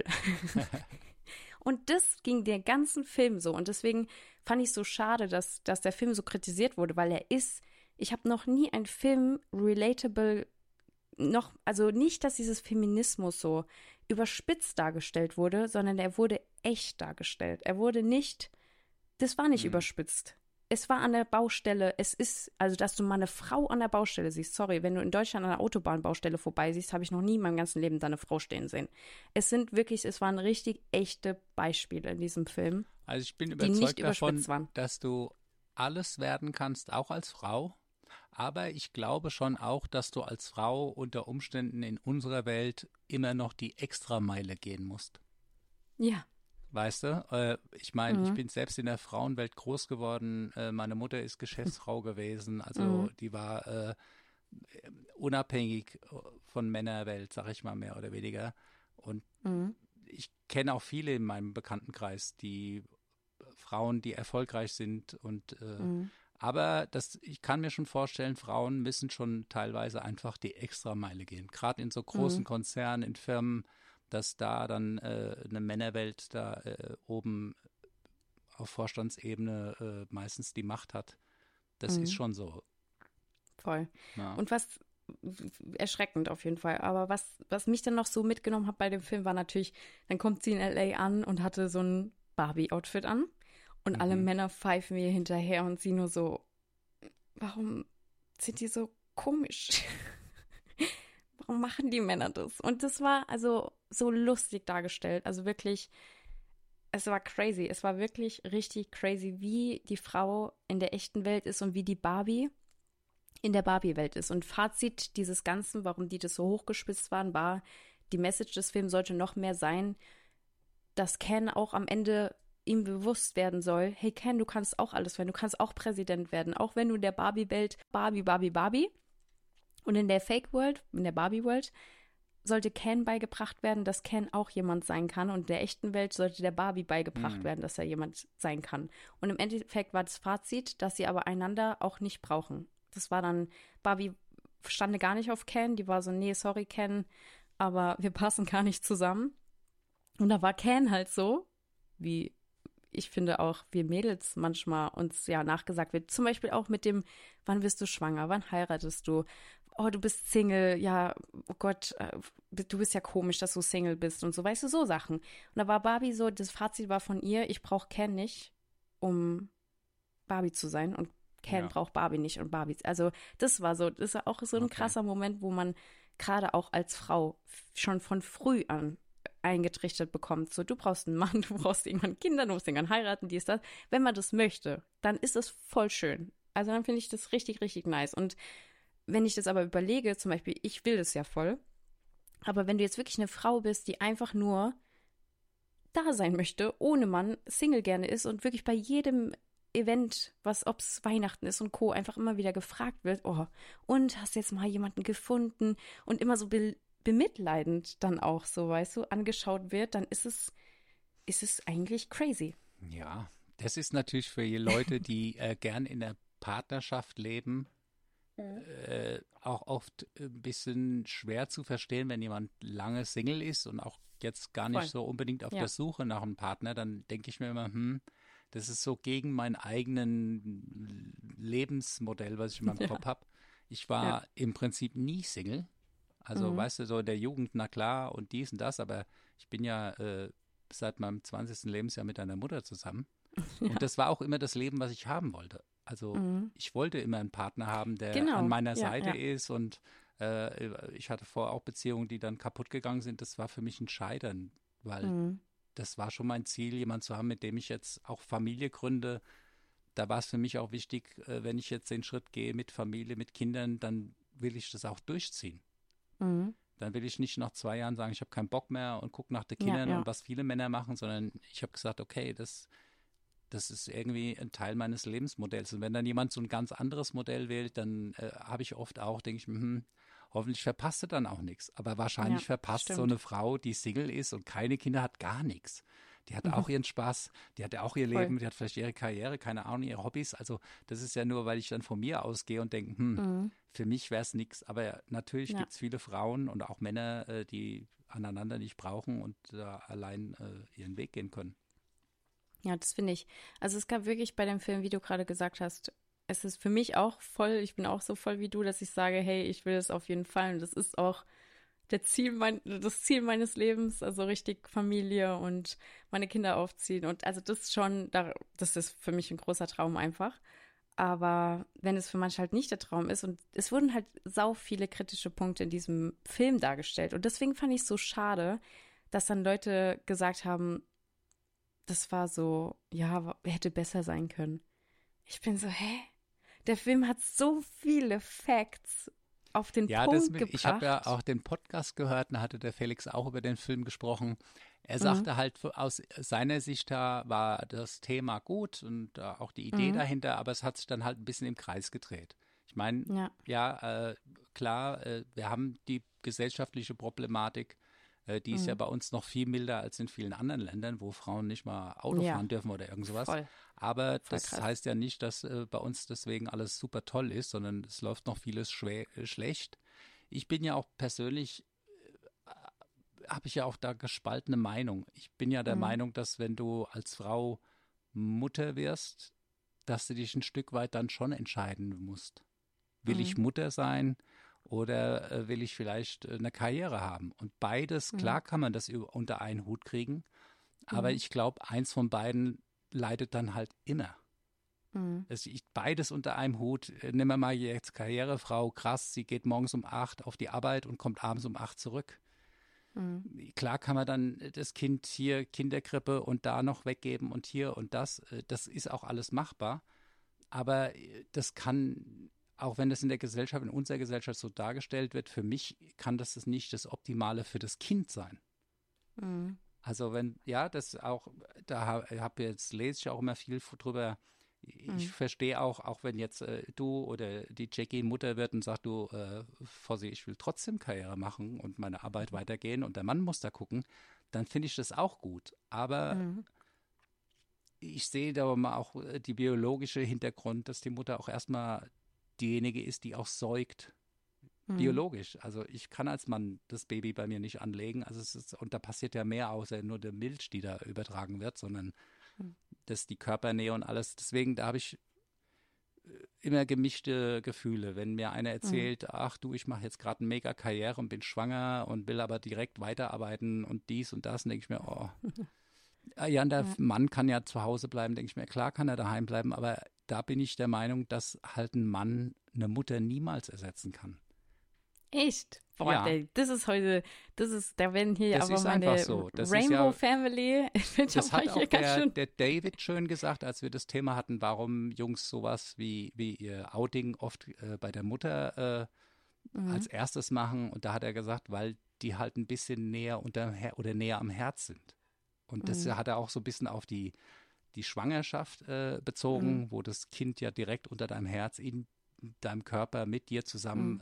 Und das ging der ganzen Film so. Und deswegen fand ich es so schade, dass der Film so kritisiert wurde, weil ich habe noch nie einen Film relatable, also nicht, dass dieses Feminismus so überspitzt dargestellt wurde, sondern er wurde echt dargestellt. Das war nicht überspitzt. Es war an der Baustelle, also dass du mal eine Frau an der Baustelle siehst, sorry, wenn du in Deutschland an der Autobahnbaustelle vorbeisiehst, habe ich noch nie in meinem ganzen Leben da eine Frau stehen sehen. Es waren richtig echte Beispiele in diesem Film. Also ich bin nicht überzeugt überspitzt davon, waren. dass du alles werden kannst, auch als Frau. Aber ich glaube schon auch, dass du als Frau unter Umständen in unserer Welt immer noch die Extrameile gehen musst. Ja. Weißt du? Ich meine, ich bin selbst in der Frauenwelt groß geworden. Meine Mutter ist Geschäftsfrau gewesen. Also die war unabhängig von Männerwelt, sag ich mal, mehr oder weniger. Und ich kenne auch viele in meinem Bekanntenkreis, die Frauen, die erfolgreich sind. Und aber ich kann mir schon vorstellen, Frauen müssen schon teilweise einfach die Extrameile gehen. Gerade in so großen Konzernen, in Firmen, dass da dann eine Männerwelt da oben auf Vorstandsebene meistens die Macht hat. Das ist schon so. Voll. Ja. Und was erschreckend auf jeden Fall. Aber was mich dann noch so mitgenommen hat bei dem Film, war natürlich, dann kommt sie in L.A. an und hatte so ein Barbie-Outfit an. Und alle Männer pfeifen ihr hinterher und sie nur so, warum sind die so komisch? Warum machen die Männer das? Und das war also so lustig dargestellt. Also wirklich, es war crazy. Es war wirklich richtig crazy, wie die Frau in der echten Welt ist und wie die Barbie in der Barbie-Welt ist. Und Fazit dieses Ganzen, warum die das so hochgespitzt waren, war, die Message des Films sollte noch mehr sein, dass Ken auch am Ende ihm bewusst werden soll, hey Ken, du kannst auch alles werden, du kannst auch Präsident werden, auch wenn du in der Barbie-Welt Barbie. Und in der Fake-World, in der Barbie-World, sollte Ken beigebracht werden, dass Ken auch jemand sein kann. Und in der echten Welt sollte der Barbie beigebracht werden, dass er jemand sein kann. Und im Endeffekt war das Fazit, dass sie aber einander auch nicht brauchen. Das war dann, Barbie stande gar nicht auf Ken. Die war so, nee, sorry Ken, aber wir passen gar nicht zusammen. Und da war Ken halt so, wie ich finde auch, wir Mädels manchmal uns ja nachgesagt wird. Zum Beispiel auch mit dem, wann wirst du schwanger, wann heiratest du? Oh, du bist Single, ja, oh Gott, du bist ja komisch, dass du Single bist und so, weißt du, so Sachen. Und da war Barbie so, das Fazit war von ihr, ich brauche Ken nicht, um Barbie zu sein und Ken braucht Barbie nicht und Barbie, also das war so, das ist auch so ein krasser Moment, wo man gerade auch als Frau schon von früh an eingetrichtert bekommt, so, du brauchst einen Mann, du brauchst irgendwann Kinder, du musst irgendwann heiraten, dies, das. Wenn man das möchte, dann ist das voll schön. Also dann finde ich das richtig, richtig nice. Und wenn ich das aber überlege, zum Beispiel, ich will das ja voll, aber wenn du jetzt wirklich eine Frau bist, die einfach nur da sein möchte, ohne Mann, Single gerne ist und wirklich bei jedem Event, ob es Weihnachten ist und Co., einfach immer wieder gefragt wird, oh, und hast jetzt mal jemanden gefunden und immer so bemitleidend dann auch so, weißt du, angeschaut wird, dann ist es eigentlich crazy. Ja, das ist natürlich für die Leute, die gern in der Partnerschaft leben, auch oft ein bisschen schwer zu verstehen, wenn jemand lange Single ist und auch jetzt gar nicht so unbedingt auf der Suche nach einem Partner, dann denke ich mir immer, das ist so gegen mein eigenen Lebensmodell, was ich in meinem Kopf habe. Ich war im Prinzip nie Single. Also, weißt du, so in der Jugend, na klar, und dies und das, aber ich bin ja seit meinem 20. Lebensjahr mit einer Mutter zusammen. Und das war auch immer das Leben, was ich haben wollte. Also, ich wollte immer einen Partner haben, der an meiner Seite ist, und ich hatte vorher auch Beziehungen, die dann kaputt gegangen sind. Das war für mich ein Scheitern, weil das war schon mein Ziel, jemanden zu haben, mit dem ich jetzt auch Familie gründe. Da war es für mich auch wichtig, wenn ich jetzt den Schritt gehe mit Familie, mit Kindern, dann will ich das auch durchziehen. Dann will ich nicht nach 2 Jahren sagen, ich habe keinen Bock mehr und gucke nach den Kindern und was viele Männer machen, sondern ich habe gesagt, okay, das ist irgendwie ein Teil meines Lebensmodells. Und wenn dann jemand so ein ganz anderes Modell wählt, dann habe ich oft auch, denke ich, hoffentlich verpasst du dann auch nichts. Aber wahrscheinlich verpasst so eine Frau, die Single ist und keine Kinder hat, gar nichts. Die hat auch ihren Spaß, die hat auch ihr Leben, die hat vielleicht ihre Karriere, keine Ahnung, ihre Hobbys. Also das ist ja nur, weil ich dann von mir ausgehe und denke, für mich wäre es nichts. Aber natürlich gibt es viele Frauen und auch Männer, die aneinander nicht brauchen und allein ihren Weg gehen können. Ja, das finde ich. Also es gab wirklich bei dem Film, wie du gerade gesagt hast, es ist für mich auch voll, ich bin auch so voll wie du, dass ich sage, hey, ich will das auf jeden Fall. Und das ist auch das Ziel meines Lebens, also richtig Familie und meine Kinder aufziehen. Und also das ist für mich ein großer Traum einfach. Aber wenn es für manche halt nicht der Traum ist, und es wurden halt sau viele kritische Punkte in diesem Film dargestellt. Und deswegen fand ich es so schade, dass dann Leute gesagt haben, das war so, ja, hätte besser sein können. Ich bin so, hä? Der Film hat so viele Facts auf den Punkt gebracht. Ich habe ja auch den Podcast gehört, da hatte der Felix auch über den Film gesprochen. Er sagte halt, aus seiner Sicht da war das Thema gut und auch die Idee dahinter, aber es hat sich dann halt ein bisschen im Kreis gedreht. Ich meine, klar, wir haben die gesellschaftliche Problematik, die ist ja bei uns noch viel milder als in vielen anderen Ländern, wo Frauen nicht mal Auto fahren dürfen oder irgend sowas. Aber das heißt ja nicht, dass bei uns deswegen alles super toll ist, sondern es läuft noch vieles schlecht. Ich bin ja auch persönlich, habe ich ja auch da gespaltene Meinung. Ich bin ja der Meinung, dass wenn du als Frau Mutter wirst, dass du dich ein Stück weit dann schon entscheiden musst. Will ich Mutter sein? Oder will ich vielleicht eine Karriere haben? Und beides, klar kann man das unter einen Hut kriegen, aber ich glaube, eins von beiden leidet dann halt immer. Beides unter einem Hut, nehmen wir mal jetzt Karrierefrau, krass, sie geht morgens um 8 auf die Arbeit und kommt abends um 8 zurück. Klar kann man dann das Kind hier, Kinderkrippe und da noch weggeben und hier und das ist auch alles machbar, aber das kann, auch wenn das in der Gesellschaft, in unserer Gesellschaft so dargestellt wird, für mich kann das nicht das Optimale für das Kind sein. Also das auch, lese ich auch immer viel drüber, Ich verstehe auch wenn jetzt du oder die Jackie Mutter wird und sagt, du, Fossi, ich will trotzdem Karriere machen und meine Arbeit weitergehen und der Mann muss da gucken, dann finde ich das auch gut. Aber ich sehe da mal auch die biologische Hintergrund, dass die Mutter auch erstmal diejenige ist, die auch säugt. Biologisch. Also ich kann als Mann das Baby bei mir nicht anlegen. Und da passiert ja mehr außer nur der Milch, die da übertragen wird, sondern das die Körpernähe und alles. Deswegen, da habe ich immer gemischte Gefühle. Wenn mir einer erzählt, ach du, ich mache jetzt gerade eine mega Karriere und bin schwanger und will aber direkt weiterarbeiten und dies und das, denke ich mir, oh. Ja, und der Mann kann ja zu Hause bleiben, denke ich mir, klar kann er daheim bleiben, aber da bin ich der Meinung, dass halt ein Mann eine Mutter niemals ersetzen kann. Echt? Boah, Ja. da werden hier Das aber ist meine einfach so. Das ist Rainbow ja, Family. das hat auch ganz schön. der David schön gesagt, als wir das Thema hatten, warum Jungs sowas wie ihr Outing oft bei der Mutter als erstes machen. Und da hat er gesagt, weil die halt ein bisschen näher oder näher am Herz sind. Und das hat er auch so ein bisschen auf die Schwangerschaft bezogen, wo das Kind ja direkt unter deinem Herz in deinem Körper mit dir zusammen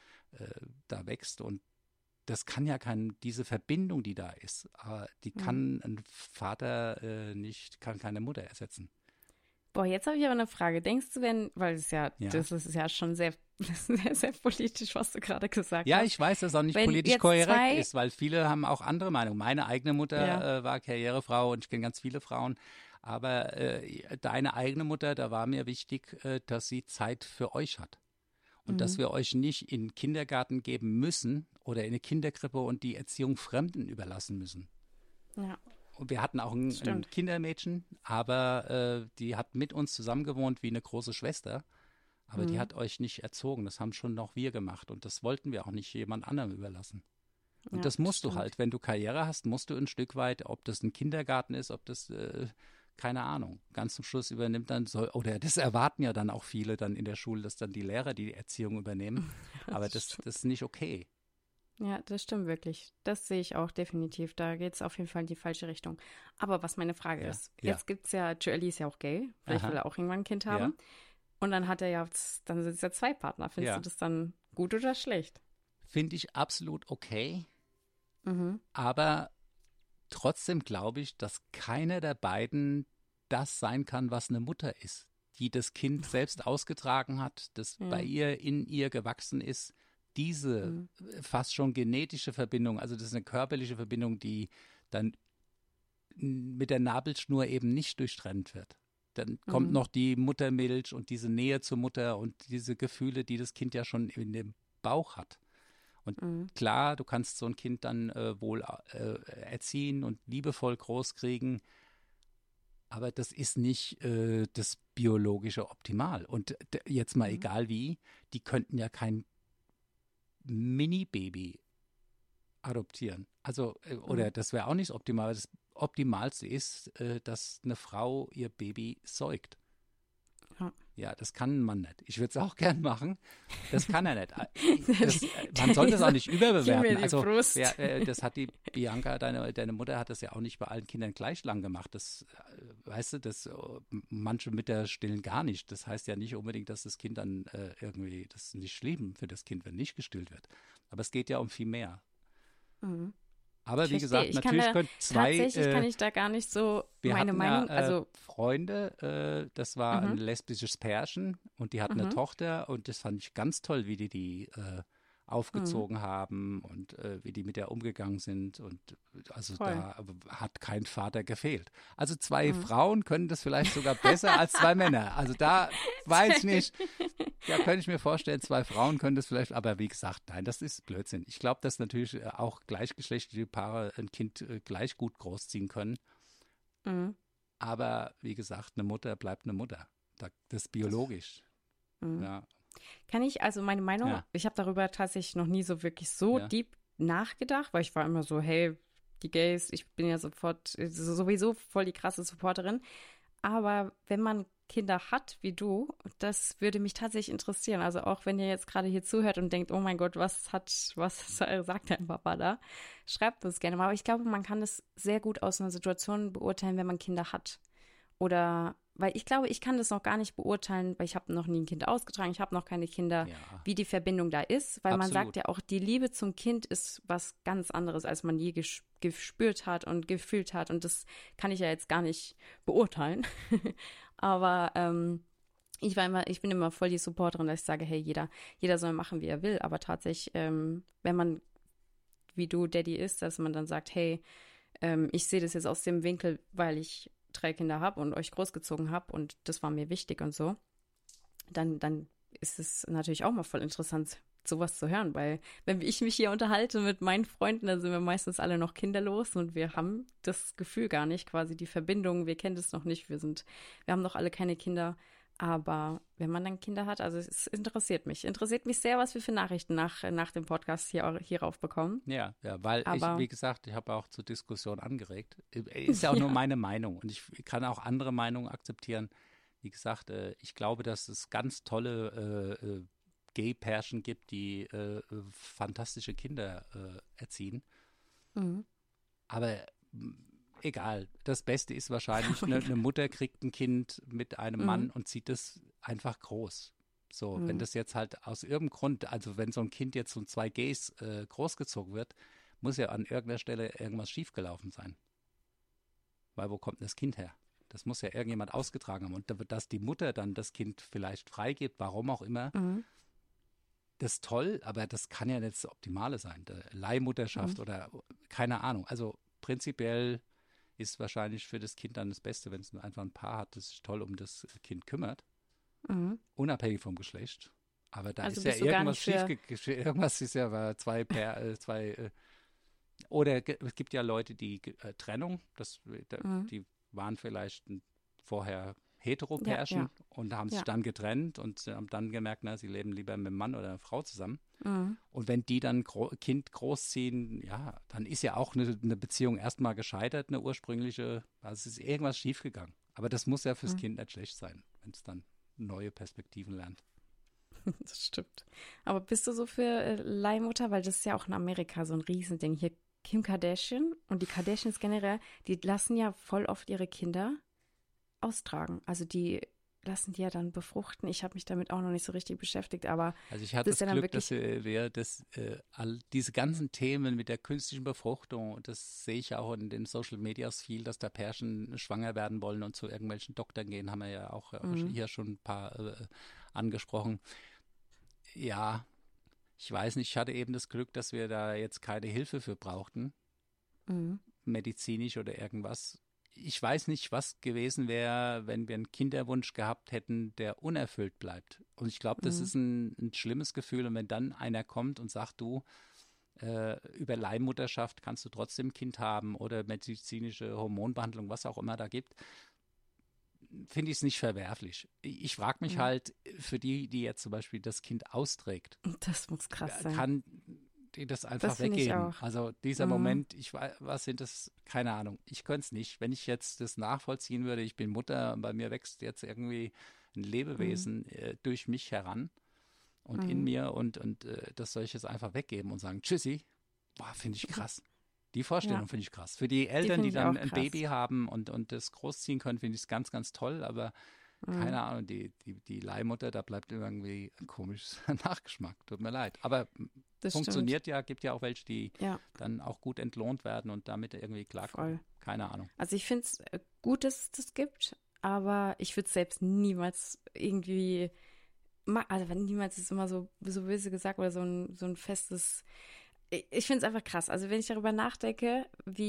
da wächst. Und das kann ja diese Verbindung, die da ist, die kann ein Vater kann keine Mutter ersetzen. Boah, jetzt habe ich aber eine Frage. Denkst du, weil das ist ja schon sehr, sehr, sehr politisch, was du gerade gesagt hast. Ja, ich weiß, dass es auch nicht Wenn politisch jetzt korrekt ist, weil viele haben auch andere Meinungen. Meine eigene Mutter Ja. war Karrierefrau und ich kenne ganz viele Frauen. Aber deine eigene Mutter, da war mir wichtig, dass sie Zeit für euch hat. Und dass wir euch nicht in den Kindergarten geben müssen oder in eine Kinderkrippe und die Erziehung Fremden überlassen müssen. Ja. Und wir hatten auch ein Stimmt. Kindermädchen, aber die hat mit uns zusammen gewohnt wie eine große Schwester. Aber die hat euch nicht erzogen. Das haben schon noch wir gemacht. Und das wollten wir auch nicht jemand anderem überlassen. Und Ja, das musst stimmt. du halt. Wenn du Karriere hast, musst du ein Stück weit, ob das ein Kindergarten ist, ob das, keine Ahnung, ganz zum Schluss übernimmt dann, oder das erwarten ja dann auch viele dann in der Schule, dass dann die Lehrer die Erziehung übernehmen. Aber das ist nicht okay. Ja, das stimmt wirklich. Das sehe ich auch definitiv. Da geht es auf jeden Fall in die falsche Richtung. Aber was meine Frage Ja, ist, ja. jetzt gibt es ja, Joely ist ja auch gay, vielleicht Aha. will er auch irgendwann ein Kind haben. Und dann hat er ja, dann sind es ja zwei Partner. Findest Ja. du das dann gut oder schlecht? Finde ich absolut okay. Mhm. Aber trotzdem glaube ich, dass keiner der beiden das sein kann, was eine Mutter ist, die das Kind selbst ausgetragen hat, das bei ihr, in ihr gewachsen ist. Diese fast schon genetische Verbindung, also das ist eine körperliche Verbindung, die dann mit der Nabelschnur eben nicht durchtrennt wird. Dann kommt noch die Muttermilch und diese Nähe zur Mutter und diese Gefühle, die das Kind ja schon in dem Bauch hat. Und klar, du kannst so ein Kind dann wohl erziehen und liebevoll großkriegen, aber das ist nicht das biologische Optimal. Und jetzt mal egal wie, die könnten ja kein Mini-Baby adoptieren. Also, oder das wäre auch nicht optimal. Das Optimalste ist, dass eine Frau ihr Baby säugt. Ja. Ja, das kann man nicht. Ich würde es auch gern machen. Das kann er nicht. Man sollte es auch nicht überbewerten. Gib mir die Also, Brust. das hat die Bianca, deine Mutter hat das ja auch nicht bei allen Kindern gleich lang gemacht. Das, weißt du, manche Mütter stillen gar nicht. Das heißt ja nicht unbedingt, dass das Kind dann irgendwie, das ist nicht schlimm für das Kind, wenn nicht gestillt wird. Aber es geht ja um viel mehr. Aber wie gesagt, natürlich können zwei. Tatsächlich kann ich da gar nicht so Wir meine hatten Meinung, ja, also Freunde, das war ein lesbisches Pärchen und die hatten eine Tochter und das fand ich ganz toll, wie die aufgezogen haben und wie die mit der umgegangen sind und also Toll. da hat kein Vater gefehlt. Also zwei Frauen können das vielleicht sogar besser als zwei Männer. Also da weiß ich nicht, da könnte ich mir vorstellen, zwei Frauen können das vielleicht, aber wie gesagt, nein, das ist Blödsinn. Ich glaube, dass natürlich auch gleichgeschlechtliche Paare ein Kind gleich gut großziehen können. Aber wie gesagt, eine Mutter bleibt eine Mutter. Das ist biologisch. Ja. kann ich, also meine Meinung, Ja. ich habe darüber tatsächlich noch nie so wirklich so Ja. deep nachgedacht, weil ich war immer so, hey, die Gays, ich bin ja sowieso voll die krasse Supporterin. Aber wenn man Kinder hat wie du, das würde mich tatsächlich interessieren. Also auch wenn ihr jetzt gerade hier zuhört und denkt, oh mein Gott, was sagt dein Papa da? Schreibt uns gerne mal. Aber ich glaube, man kann es sehr gut aus einer Situation beurteilen, wenn man Kinder hat. Oder weil ich glaube, ich kann das noch gar nicht beurteilen, weil ich habe noch nie ein Kind ausgetragen, ich habe noch keine Kinder, wie die Verbindung da ist, weil man sagt ja auch, die Liebe zum Kind ist was ganz anderes, als man je gespürt hat und gefühlt hat und das kann ich ja jetzt gar nicht beurteilen, aber ich bin immer voll die Supporterin, dass ich sage, hey, jeder soll machen, wie er will, aber tatsächlich, wenn man, wie du Daddy ist, dass man dann sagt, hey, ich sehe das jetzt aus dem Winkel, weil ich 3 Kinder habe und euch großgezogen habe und das war mir wichtig und so, dann ist es natürlich auch mal voll interessant, sowas zu hören, weil wenn ich mich hier unterhalte mit meinen Freunden, dann sind wir meistens alle noch kinderlos und wir haben das Gefühl gar nicht, quasi die Verbindung, wir kennen das noch nicht, wir haben noch alle keine Kinder, aber wenn man dann Kinder hat, also es interessiert mich sehr, was wir für Nachrichten nach dem Podcast hierauf bekommen. Ja, weil wie gesagt, ich habe auch zur Diskussion angeregt. Ist ja auch nur meine Meinung und ich kann auch andere Meinungen akzeptieren. Wie gesagt, ich glaube, dass es ganz tolle Gay-Pärchen gibt, die fantastische Kinder erziehen. Mhm. Aber egal, das Beste ist wahrscheinlich, eine Mutter kriegt ein Kind mit einem Mann und zieht es einfach groß. So, wenn das jetzt halt aus irgendeinem Grund, also wenn so ein Kind jetzt von 2 Gays großgezogen wird, muss ja an irgendeiner Stelle irgendwas schiefgelaufen sein. Weil wo kommt denn das Kind her? Das muss ja irgendjemand ausgetragen haben. Und dass die Mutter dann das Kind vielleicht freigibt, warum auch immer, das ist toll, aber das kann ja nicht das Optimale sein. Leihmutterschaft oder keine Ahnung. Also prinzipiell ist wahrscheinlich für das Kind dann das Beste, wenn es einfach ein Paar hat, das sich toll um das Kind kümmert, unabhängig vom Geschlecht. Aber da also ist ja irgendwas irgendwas ist ja oder es gibt ja Leute, die Trennung, die waren vielleicht vorher Hetero-Pärchen und haben sich dann getrennt und haben dann gemerkt, sie leben lieber mit einem Mann oder einer Frau zusammen. Und wenn die dann Kind großziehen, ja, dann ist ja auch eine Beziehung erstmal gescheitert, eine ursprüngliche, also es ist irgendwas schiefgegangen. Aber das muss ja fürs Kind nicht schlecht sein, wenn es dann neue Perspektiven lernt. Das stimmt. Aber bist du so für Leihmutter? Weil das ist ja auch in Amerika so ein Riesending. Hier Kim Kardashian und die Kardashians generell, die lassen ja voll oft ihre Kinder austragen. Also die lassen die ja dann befruchten. Ich habe mich damit auch noch nicht so richtig beschäftigt, aber also ich hatte das Glück, dass wir all diese ganzen Themen mit der künstlichen Befruchtung, und das sehe ich ja auch in den Social Medias viel, dass da Pärchen schwanger werden wollen und zu irgendwelchen Doktoren gehen, haben wir ja auch hier schon ein paar angesprochen. Ja, ich weiß nicht, ich hatte eben das Glück, dass wir da jetzt keine Hilfe für brauchten, medizinisch oder irgendwas. Ich weiß nicht, was gewesen wäre, wenn wir einen Kinderwunsch gehabt hätten, der unerfüllt bleibt. Und ich glaube, das ist ein schlimmes Gefühl. Und wenn dann einer kommt und sagt, du, über Leihmutterschaft kannst du trotzdem ein Kind haben oder medizinische Hormonbehandlung, was auch immer da gibt, finde ich es nicht verwerflich. Ich frage mich halt, für die jetzt zum Beispiel das Kind austrägt. Das muss krass sein. Kann die das einfach weggeben. Also dieser Moment, was sind das? Keine Ahnung. Ich könnte es nicht. Wenn ich jetzt das nachvollziehen würde, ich bin Mutter und bei mir wächst jetzt irgendwie ein Lebewesen durch mich heran und in mir und das soll ich jetzt einfach weggeben und sagen, tschüssi, finde ich krass. Die Vorstellung finde ich krass. Für die Eltern, die dann ein Baby haben und das großziehen können, finde ich es ganz, ganz toll, aber keine Ahnung, die Leihmutter, da bleibt irgendwie ein komisches Nachgeschmack. Tut mir leid. Aber das funktioniert stimmt. Ja, gibt ja auch welche, die dann auch gut entlohnt werden und damit irgendwie klarkommen. Keine Ahnung. Also ich finde es gut, dass es das gibt, aber ich würde es selbst niemals irgendwie, also niemals ist immer so böse gesagt oder so ein festes, ich finde es einfach krass. Also wenn ich darüber nachdenke,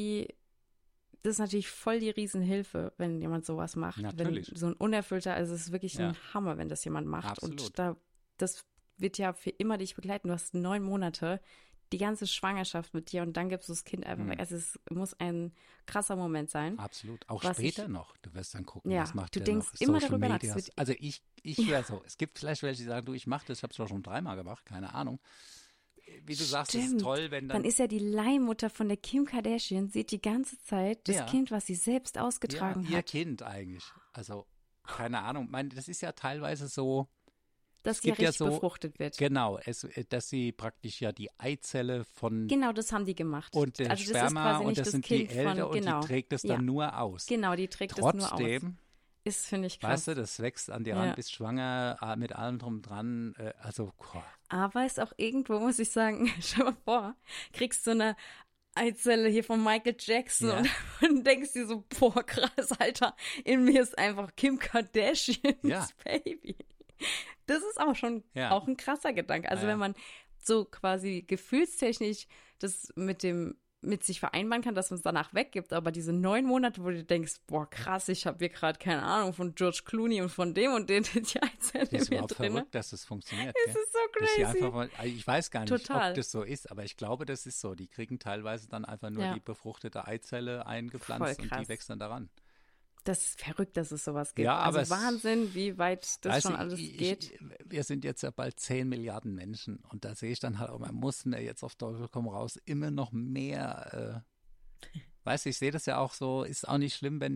das ist natürlich voll die Riesenhilfe, wenn jemand sowas macht. Natürlich. Wenn so ein unerfüllter, also es ist wirklich ein Hammer, wenn das jemand macht. Absolut. Und das wird ja für immer dich begleiten. Du hast 9 Monate, die ganze Schwangerschaft mit dir und dann gibst du das Kind einfach weg. Also es muss ein krasser Moment sein. Absolut. Auch später noch. Du wirst dann gucken, was macht du der denkst noch. immer Social darüber nach. Medias. Also ich wäre so. Es gibt vielleicht welche, die sagen, du, ich mache das, ich habe es doch schon 3-mal gemacht, keine Ahnung. Wie du sagst, es ist toll, wenn dann ist ja die Leihmutter von der Kim Kardashian, sieht die ganze Zeit das Kind, was sie selbst ausgetragen hat. Ihr Kind eigentlich. Also, keine Ahnung. Das ist ja teilweise so, dass sie richtig befruchtet wird. Genau, dass sie praktisch ja die Eizelle von genau, das haben die gemacht. Und der Sperma, und das sind die Eltern und die trägt es dann nur aus. Genau, die trägt es nur aus. Trotzdem finde ich, krass. Weißt du, das wächst an dir ran, bist schwanger, mit allem drum dran. Aber ist auch irgendwo, muss ich sagen, stell mal vor, kriegst du eine Eizelle hier von Michael Jackson und denkst dir so, boah, krass, Alter, in mir ist einfach Kim Kardashians Baby. Das ist auch schon auch ein krasser Gedanke. Also wenn man so quasi gefühlstechnisch das mit sich vereinbaren kann, dass man es danach weggibt, aber diese 9 Monate, wo du denkst, boah, krass, ich habe hier gerade keine Ahnung von George Clooney und von dem und den die Eizelle in mir drin. Das ist überhaupt verrückt, dass das funktioniert. Es ist so crazy. Ich weiß gar nicht, ob das so ist, aber ich glaube, das ist so. Die kriegen teilweise dann einfach nur die befruchtete Eizelle eingepflanzt und die wächst dann daran. Das ist verrückt, dass es sowas gibt. Ja, aber Wahnsinn, wie weit das schon alles geht. Wir sind jetzt ja bald 10 Milliarden Menschen und da sehe ich dann halt, man muss mir jetzt auf Teufel komm raus immer noch mehr, ich sehe das ja auch so, ist auch nicht schlimm,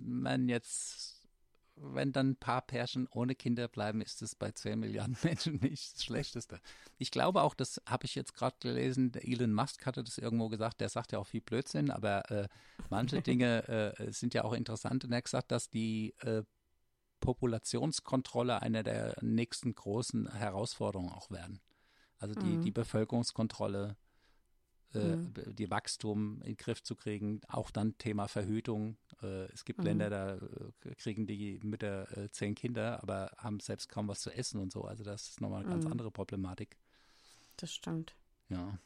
wenn dann ein paar Pärchen ohne Kinder bleiben, ist es bei 10 Milliarden Menschen nicht das Schlechteste. Ich glaube auch, das habe ich jetzt gerade gelesen, der Elon Musk hatte das irgendwo gesagt, der sagt ja auch viel Blödsinn, aber manche Dinge sind ja auch interessant und er hat gesagt, dass die Populationskontrolle eine der nächsten großen Herausforderungen auch werden. Also die Bevölkerungskontrolle, die Wachstum in den Griff zu kriegen, auch dann Thema Verhütung. Es gibt Länder, da kriegen die Mütter 10 Kinder, aber haben selbst kaum was zu essen und so. Also das ist nochmal eine ganz andere Problematik. Das stimmt. Ja.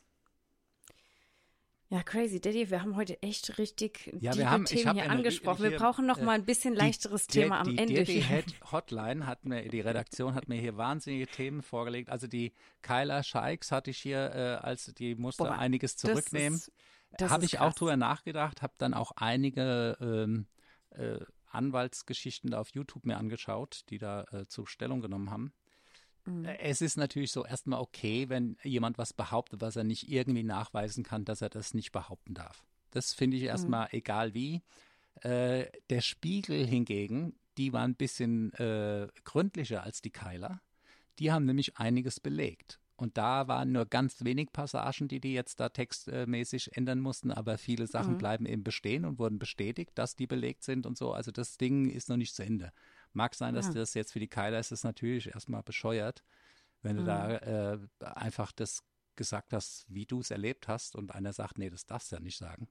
Ja, crazy, Daddy, wir haben heute echt richtig Themen hier angesprochen. Wir brauchen noch mal ein bisschen leichteres Thema am Ende. Die Hotline die Redaktion hat mir hier wahnsinnige Themen vorgelegt. Also die Kyla Scheiks hatte ich hier, die musste einiges zurücknehmen. Habe ich auch drüber nachgedacht, habe dann auch einige Anwaltsgeschichten da auf YouTube mir angeschaut, die da zur Stellung genommen haben. Es ist natürlich so erstmal okay, wenn jemand was behauptet, was er nicht irgendwie nachweisen kann, dass er das nicht behaupten darf. Das finde ich erstmal egal wie. Der Spiegel hingegen, die war ein bisschen gründlicher als die Kyla. Die haben nämlich einiges belegt. Und da waren nur ganz wenig Passagen, die jetzt da textmäßig ändern mussten, aber viele Sachen bleiben eben bestehen und wurden bestätigt, dass die belegt sind und so. Also das Ding ist noch nicht zu Ende. Mag sein, dass das jetzt für die Kyla ist natürlich erstmal bescheuert, wenn du da einfach das gesagt hast, wie du es erlebt hast und einer sagt, nee, das darfst du ja nicht sagen.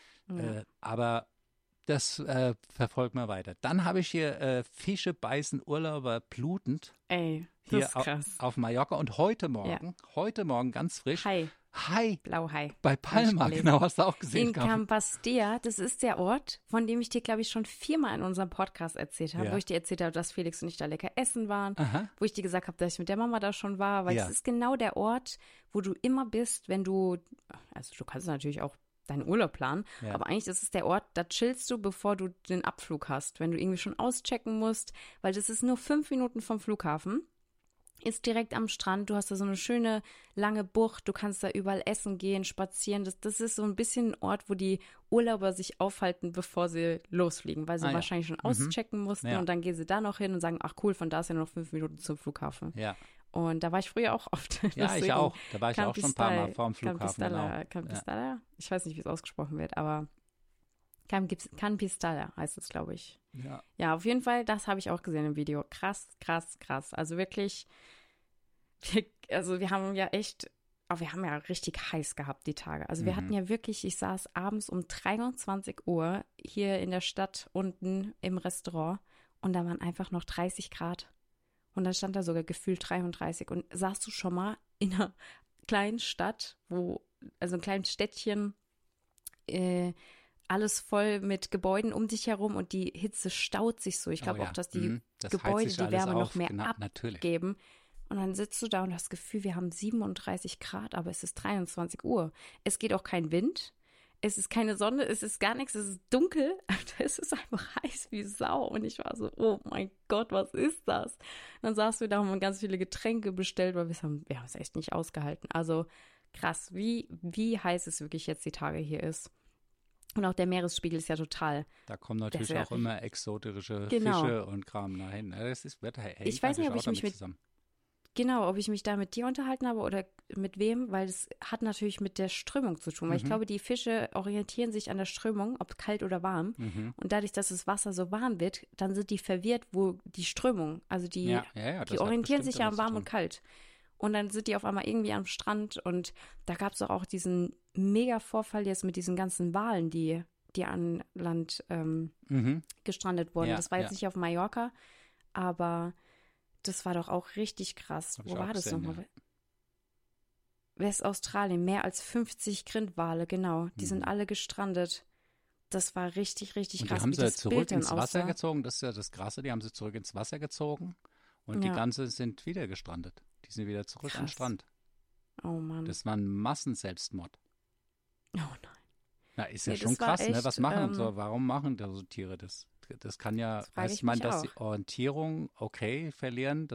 Aber das verfolgt man weiter. Dann habe ich hier Fische beißen Urlauber blutend. Ey, das ist krass. Auf Mallorca und heute Morgen ganz frisch. Hai. Blauhai. Bei Palma, genau, hast du auch gesehen. In Campastea, das ist der Ort, von dem ich dir, glaube ich, schon 4-mal in unserem Podcast erzählt habe, wo ich dir erzählt habe, dass Felix und ich da lecker essen waren, wo ich dir gesagt habe, dass ich mit der Mama da schon war, weil das ist genau der Ort, wo du immer bist, wenn du kannst natürlich auch deinen Urlaub planen, aber eigentlich ist es der Ort, da chillst du, bevor du den Abflug hast, wenn du irgendwie schon auschecken musst, weil das ist nur 5 Minuten vom Flughafen. Ist direkt am Strand, du hast da so eine schöne lange Bucht, du kannst da überall essen gehen, spazieren. Das ist so ein bisschen ein Ort, wo die Urlauber sich aufhalten, bevor sie losfliegen, weil sie wahrscheinlich schon auschecken mussten und dann gehen sie da noch hin und sagen, ach cool, von da ist ja noch 5 Minuten zum Flughafen. Ja. Und da war ich früher auch oft. Ja, ich auch. Da war ich auch schon ein paar Mal vor dem Flughafen. Campistella? Ich weiß nicht, wie es ausgesprochen wird, aber Campistella heißt es, glaube ich. Ja, auf jeden Fall, das habe ich auch gesehen im Video. Krass, krass, krass. Also wirklich, wir haben ja richtig heiß gehabt die Tage. Also wir hatten ja wirklich, ich saß abends um 23 Uhr hier in der Stadt unten im Restaurant und da waren einfach noch 30 Grad. Und da stand da sogar gefühlt 33. Und saßt du schon mal in einer kleinen Stadt, also ein kleines Städtchen, alles voll mit Gebäuden um dich herum und die Hitze staut sich so. Ich glaube auch, dass die Gebäude die Wärme noch mehr abgeben. Und dann sitzt du da und hast das Gefühl, wir haben 37 Grad, aber es ist 23 Uhr. Es geht auch kein Wind. Es ist keine Sonne, es ist gar nichts, es ist dunkel. Es ist einfach heiß wie Sau. Und ich war so, oh mein Gott, was ist das? Dann saßen wir da und haben ganz viele Getränke bestellt, weil wir haben es echt nicht ausgehalten. Also krass, wie heiß es wirklich jetzt die Tage hier ist. Und auch der Meeresspiegel ist ja total. Da kommen natürlich auch immer exotische Fische und Kram dahin. Das ist Wetter. Ich weiß nicht, ob ich mich mit genau, ob ich mich da mit dir unterhalten habe oder mit wem, weil es hat natürlich mit der Strömung zu tun. Weil ich glaube, die Fische orientieren sich an der Strömung, ob kalt oder warm. Und dadurch, dass das Wasser so warm wird, dann sind die verwirrt, wo die Strömung, also die orientieren sich ja an warm und kalt. Und dann sind die auf einmal irgendwie am Strand und da gab es auch diesen Mega-Vorfall jetzt mit diesen ganzen Walen, die an Land gestrandet wurden. Das war jetzt nicht auf Mallorca, aber das war doch auch richtig krass. Wo war das nochmal? Ja. Westaustralien, mehr als 50 Grindwale, genau. Die sind alle gestrandet. Das war richtig, richtig krass. Und die haben sie zurück ins Wasser gezogen. Das ist ja das Krasse. Die haben sie zurück ins Wasser gezogen und die ganze sind wieder gestrandet. Die sind wieder zurück am Strand. Oh Mann. Das war ein Massenselbstmord. Oh nein. Na, ist ja schon krass, echt, ne? Was machen so? Warum machen da so Tiere das? Das kann ja, weiß man, dass die Orientierung verlieren,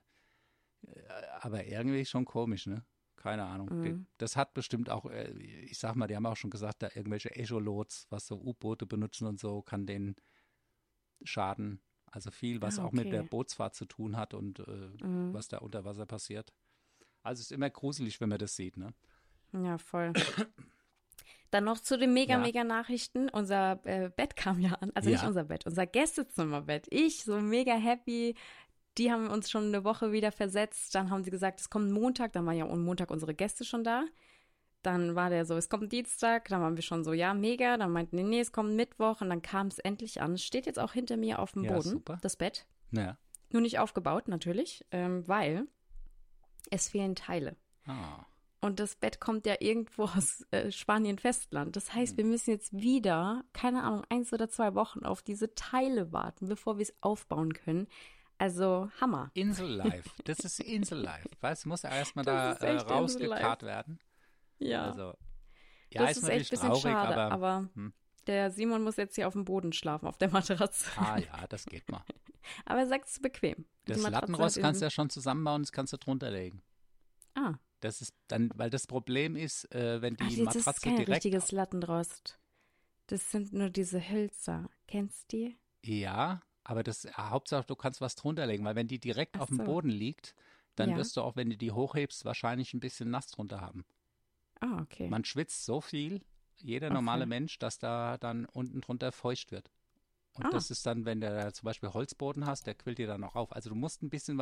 aber irgendwie schon komisch, ne? Keine Ahnung. Das hat bestimmt auch, ich sag mal, die haben auch schon gesagt, da irgendwelche Echolots, was so U-Boote benutzen und so, kann denen schaden. Also viel, was auch mit der Bootsfahrt zu tun hat und was da unter Wasser passiert. Also es ist immer gruselig, wenn man das sieht, ne? Ja, voll. Dann noch zu den mega Nachrichten. Unser Bett kam ja an. Also nicht unser Bett, unser Gästezimmerbett. Ich so mega happy. Die haben uns schon eine Woche wieder versetzt. Dann haben sie gesagt, es kommt Montag. Dann waren ja am Montag unsere Gäste schon da. Dann war der so, es kommt Dienstag. Dann waren wir schon so, ja, mega. Dann meinten die, nee, es kommt Mittwoch. Und dann kam es endlich an. Es steht jetzt auch hinter mir auf dem Boden, super. Das Bett. Ja. Nur nicht aufgebaut, natürlich, weil es fehlen Teile. Ah. Und das Bett kommt ja irgendwo aus Spanien-Festland. Das heißt, wir müssen jetzt wieder, keine Ahnung, 1 oder 2 Wochen auf diese Teile warten, bevor wir es aufbauen können. Also Hammer. Insellife. Das ist Insellife. Weißt du, muss ja erstmal da rausgekarrt werden. Ja. Also, das ist echt ein bisschen schade, aber der Simon muss jetzt hier auf dem Boden schlafen, auf der Matratze. Ah ja, das geht mal. Aber er sagt, es ist bequem. Das Lattenrost kannst du ja schon zusammenbauen, das kannst du drunter legen. Ah. Das ist dann, weil das Problem ist, wenn die Matratze das ist kein direkt richtiges Lattenrost. Das sind nur diese Hölzer. Kennst du die? Ja, aber Hauptsache, du kannst was drunter legen, weil wenn die direkt auf dem Boden liegt, dann wirst du auch, wenn du die hochhebst, wahrscheinlich ein bisschen nass drunter haben. Ah, okay. Man schwitzt so viel, jeder normale Mensch, dass da dann unten drunter feucht wird. Und das ist dann, wenn du da zum Beispiel Holzboden hast, der quillt dir dann auch auf. Also du musst ein bisschen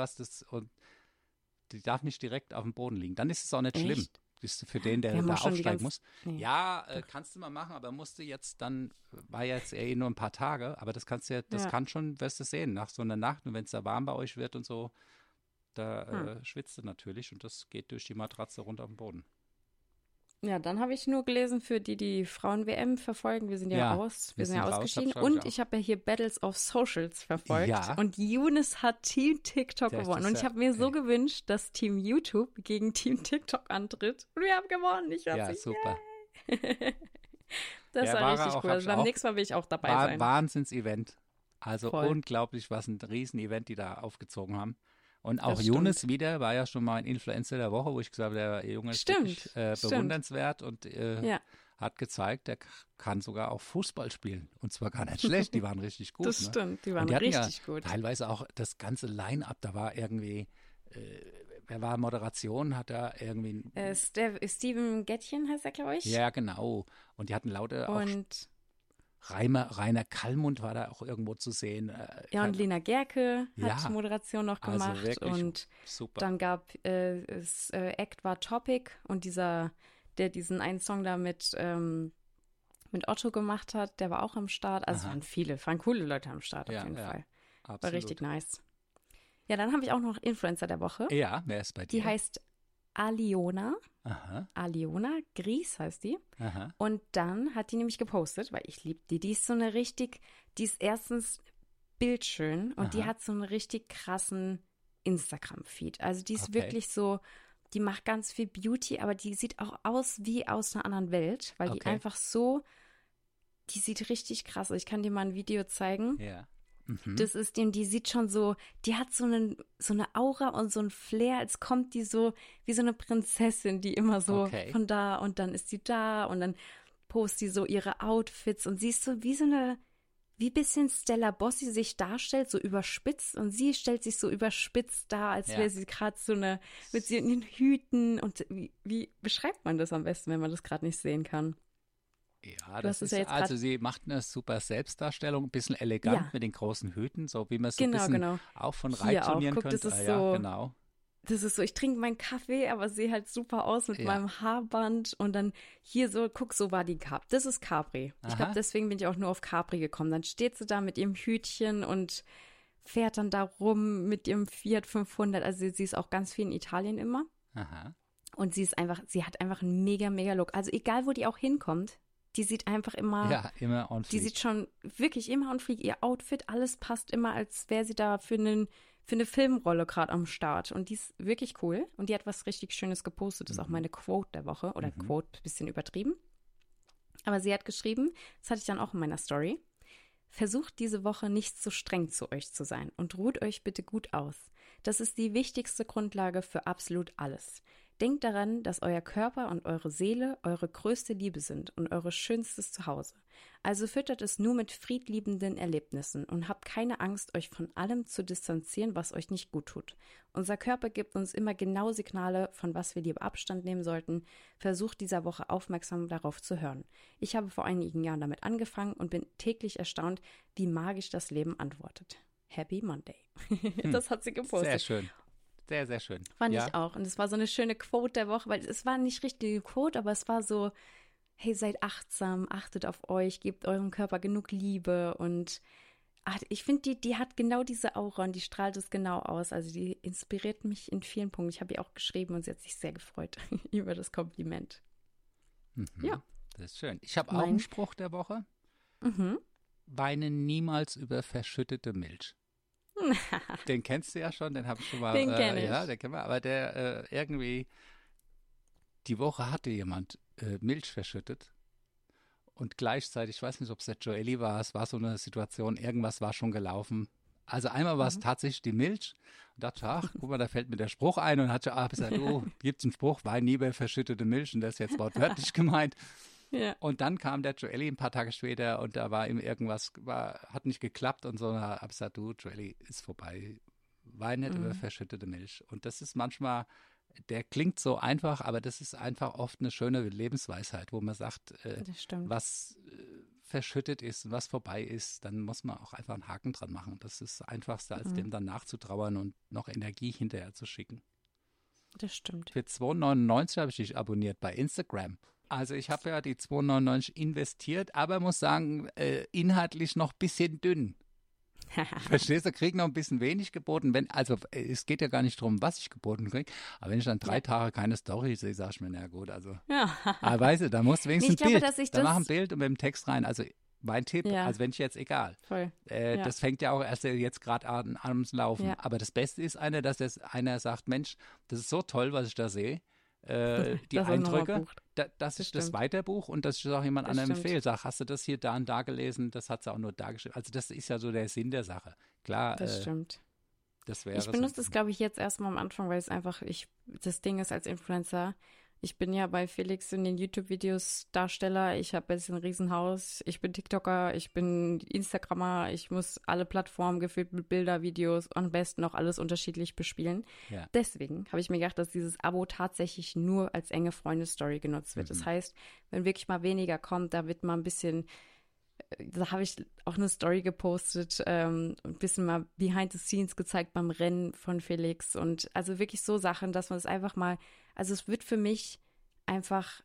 die darf nicht direkt auf dem Boden liegen. Dann ist es auch nicht schlimm. Das ist für den, der da aufsteigen muss. Nee. Ja, kannst du mal machen, aber musst du jetzt dann, war jetzt nur ein paar Tage, aber das kannst du kann schon, wirst du sehen, nach so einer Nacht und wenn es da warm bei euch wird und so, da schwitzt du natürlich und das geht durch die Matratze runter auf den Boden. Ja, dann habe ich nur gelesen, für die Frauen-WM verfolgen. Wir sind ja ausgeschieden. Und ich habe ja hier Battles of Socials verfolgt. Ja. Und Younes hat Team TikTok gewonnen. Und ich habe mir so gewünscht, dass Team YouTube gegen Team TikTok antritt. Und wir haben gewonnen. Super. Das war richtig cool. Also beim nächsten Mal will ich auch dabei sein. Wahnsinns-Event. Also unglaublich, was ein Riesen-Event die da aufgezogen haben. Und auch Younes wieder, war ja schon mal ein Influencer der Woche, wo ich gesagt habe, der Junge ist wirklich bewundernswert und hat gezeigt, der kann sogar auch Fußball spielen. Und zwar gar nicht schlecht, die waren richtig gut. Das stimmt, die waren richtig gut. Teilweise auch das ganze Line-Up, da war irgendwie, wer war Moderation, hat da irgendwie… Steven Gätchen heißt er, glaube ich. Ja, genau. Und die hatten lauter auch… Rainer Kallmund war da auch irgendwo zu sehen. Und Lena Gerke hat Moderation noch gemacht. Also und super. Dann gab es Act war Topic und der diesen einen Song da mit Otto gemacht hat, der war auch am Start. Also waren coole Leute am Start auf jeden Fall. Absolut. War richtig nice. Ja, dann habe ich auch noch Influencer der Woche. Ja, wer ist bei dir? Die heißt Aliona. Aliona Gries heißt die. Aha. Und dann hat die nämlich gepostet, weil ich liebe die. Die ist die ist erstens bildschön und die hat so einen richtig krassen Instagram-Feed. Also die ist wirklich so, die macht ganz viel Beauty, aber die sieht auch aus wie aus einer anderen Welt, weil die einfach so, die sieht richtig krass aus. Ich kann dir mal ein Video zeigen. Ja. Das ist die sieht schon so, die hat so eine Aura und so ein Flair, als kommt die so wie so eine Prinzessin, die immer so von da und dann ist sie da und dann postet sie so ihre Outfits und sie ist so wie so eine wie bisschen Stella Bossi sich darstellt, so überspitzt. Und sie stellt sich so überspitzt dar, als wäre sie gerade so eine, mit ihren Hüten. Und wie beschreibt man das am besten, wenn man das gerade nicht sehen kann? Ja, das ist, also sie macht eine super Selbstdarstellung, ein bisschen elegant mit den großen Hüten, so wie man es so ein bisschen auch von Reitturnieren könnte. Das ist so, genau. Das ist so, ich trinke meinen Kaffee, aber sehe halt super aus mit meinem Haarband und dann hier so, guck, so war die Capri. Das ist Capri. Ich glaube, deswegen bin ich auch nur auf Capri gekommen. Dann steht sie da mit ihrem Hütchen und fährt dann da rum mit ihrem Fiat 500. Also sie ist auch ganz viel in Italien immer. Aha. Und sie hat einfach einen mega, mega Look. Also egal, wo die auch hinkommt, die sieht einfach immer. Ja, immer on fleek. Die sieht schon wirklich immer on fleek. Ihr Outfit, alles passt immer, als wäre sie da für eine Filmrolle gerade am Start. Und die ist wirklich cool. Und die hat was richtig Schönes gepostet. Das ist auch meine Quote der Woche. Oder Quote, ein bisschen übertrieben. Aber sie hat geschrieben, das hatte ich dann auch in meiner Story: Versucht diese Woche nicht so streng zu euch zu sein und ruht euch bitte gut aus. Das ist die wichtigste Grundlage für absolut alles. Denkt daran, dass euer Körper und eure Seele eure größte Liebe sind und eure schönstes Zuhause. Also füttert es nur mit friedliebenden Erlebnissen und habt keine Angst, euch von allem zu distanzieren, was euch nicht gut tut. Unser Körper gibt uns immer genau Signale, von was wir lieber Abstand nehmen sollten. Versucht dieser Woche aufmerksam darauf zu hören. Ich habe vor einigen Jahren damit angefangen und bin täglich erstaunt, wie magisch das Leben antwortet. Happy Monday. Das hat sie gepostet. Sehr schön. Sehr, sehr schön. Fand ich auch. Und es war so eine schöne Quote der Woche, weil es war nicht richtige Quote, aber es war so, hey, seid achtsam, achtet auf euch, gebt eurem Körper genug Liebe. Und ich finde, die hat genau diese Aura und die strahlt es genau aus. Also die inspiriert mich in vielen Punkten. Ich habe ihr auch geschrieben und sie hat sich sehr gefreut über das Kompliment. Ja. Das ist schön. Ich habe auch einen Spruch der Woche. Weine niemals über verschüttete Milch. Den kennst du ja schon, den habe ich schon mal. Den kenne ich. Ja, den kennen wir. Aber der irgendwie, die Woche hatte jemand Milch verschüttet und gleichzeitig, ich weiß nicht, ob es der Joely war, es war so eine Situation, irgendwas war schon gelaufen. Also einmal war es tatsächlich die Milch und dachte, ach, guck mal, da fällt mir der Spruch ein und hatte gesagt, gibt's einen Spruch, Wein nie über verschüttete Milch und das ist jetzt wortwörtlich gemeint. Ja. Und dann kam der Joely ein paar Tage später und da war ihm irgendwas, hat nicht geklappt und so. Und habe gesagt, du, Joely, ist vorbei. Wein nicht über verschüttete Milch. Und das ist manchmal, der klingt so einfach, aber das ist einfach oft eine schöne Lebensweisheit, wo man sagt, was verschüttet ist und was vorbei ist, dann muss man auch einfach einen Haken dran machen. Das ist das Einfachste, als dem dann nachzutrauern und noch Energie hinterher zu schicken. Das stimmt. Für 2,99 habe ich dich abonniert bei Instagram. Also ich habe ja die 2,99 investiert, aber muss sagen, inhaltlich noch ein bisschen dünn. Verstehst du, krieg noch ein bisschen wenig geboten. Es geht ja gar nicht darum, was ich geboten kriege, aber wenn ich dann 3 Tage keine Story sehe, sag ich mir, na gut, also. Ja. Aber weißt du, da musst du wenigstens ein Bild. Da mach ein Bild und mit dem Text rein. Also mein Tipp, also wenn ich jetzt egal. Voll. Das fängt ja auch erst jetzt gerade an zu Laufen. Ja. Aber das Beste ist dass einer sagt, Mensch, das ist so toll, was ich da sehe. Die Eindrücke, dass ich das weiterbuche und dass ich das auch jemand anderem empfehle. Sag, hast du das hier da und da gelesen? Das hat sie auch nur da geschrieben. Also das ist ja so der Sinn der Sache. Klar, das stimmt. Das wäre ich benutze das, glaube ich, jetzt erstmal am Anfang, weil es einfach, das Ding ist als Influencer, ich bin ja bei Felix in den YouTube-Videos Darsteller, ich habe jetzt ein Riesenhaus, ich bin TikToker, ich bin Instagrammer, ich muss alle Plattformen gefüllt mit Bilder, Videos und am besten auch alles unterschiedlich bespielen. Ja. Deswegen habe ich mir gedacht, dass dieses Abo tatsächlich nur als enge Freunde-Story genutzt wird. Das heißt, wenn wirklich mal weniger kommt, da wird mal ein bisschen, da habe ich auch eine Story gepostet, ein bisschen mal behind the scenes gezeigt beim Rennen von Felix und also wirklich so Sachen, dass man es einfach mal, also es wird für mich einfach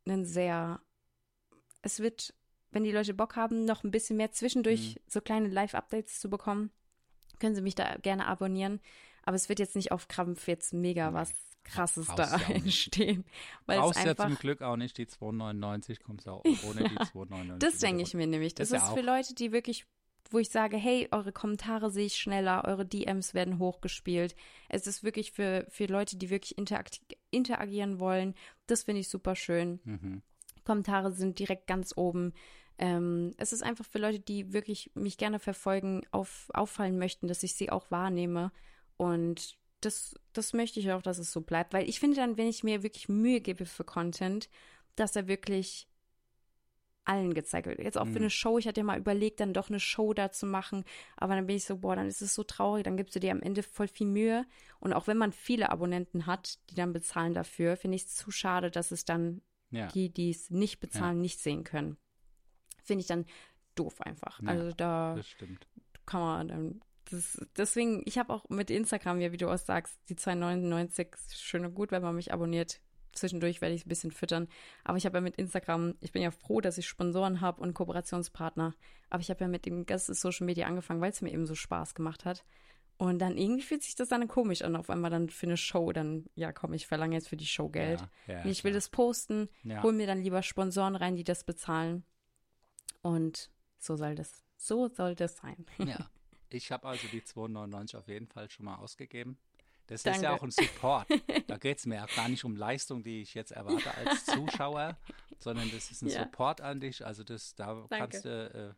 es wird, wenn die Leute Bock haben, noch ein bisschen mehr zwischendurch so kleine Live-Updates zu bekommen, können sie mich da gerne abonnieren, aber es wird jetzt nicht auf Krampf jetzt mega was Krasses da entstehen. Brauchst ja zum Glück auch nicht die 2,99, kommst auch ohne die 2,99. Das denke ich mir nämlich. Das ist für Leute, die wirklich, wo ich sage, hey, eure Kommentare sehe ich schneller, eure DMs werden hochgespielt. Es ist wirklich für Leute, die wirklich interagieren wollen. Das finde ich super schön. Kommentare sind direkt ganz oben. Es ist einfach für Leute, die wirklich mich gerne verfolgen, auffallen möchten, dass ich sie auch wahrnehme. Und das möchte ich auch, dass es so bleibt, weil ich finde dann, wenn ich mir wirklich Mühe gebe für Content, dass er wirklich allen gezeigt wird. Jetzt auch für eine Show. Ich hatte ja mal überlegt, dann doch eine Show da zu machen. Aber dann bin ich so, boah, dann ist es so traurig. Dann gibst du dir am Ende voll viel Mühe. Und auch wenn man viele Abonnenten hat, die dann bezahlen dafür, finde ich es zu schade, dass es dann die es nicht bezahlen, nicht sehen können. Finde ich dann doof einfach. Ja, also da das stimmt. kann man dann deswegen, ich habe auch mit Instagram, ja, wie du auch sagst, die 2,99 schön und gut, wenn man mich abonniert. Zwischendurch werde ich ein bisschen füttern. Aber ich habe ja mit Instagram, ich bin ja froh, dass ich Sponsoren habe und Kooperationspartner. Aber ich habe ja mit dem ganzen Social Media angefangen, weil es mir eben so Spaß gemacht hat. Und dann irgendwie fühlt sich das dann komisch an, auf einmal dann für eine Show. Dann, ja komm, ich verlange jetzt für die Show Geld. Ich will das posten, hol mir dann lieber Sponsoren rein, die das bezahlen. Und so soll das sein. Ja. Ich habe also die 2,99 auf jeden Fall schon mal ausgegeben. Das Danke. ist ja auch ein Support. Da geht es mir auch gar nicht um Leistung, die ich jetzt erwarte als Zuschauer, sondern das ist ein Support an dich. Also da kannst du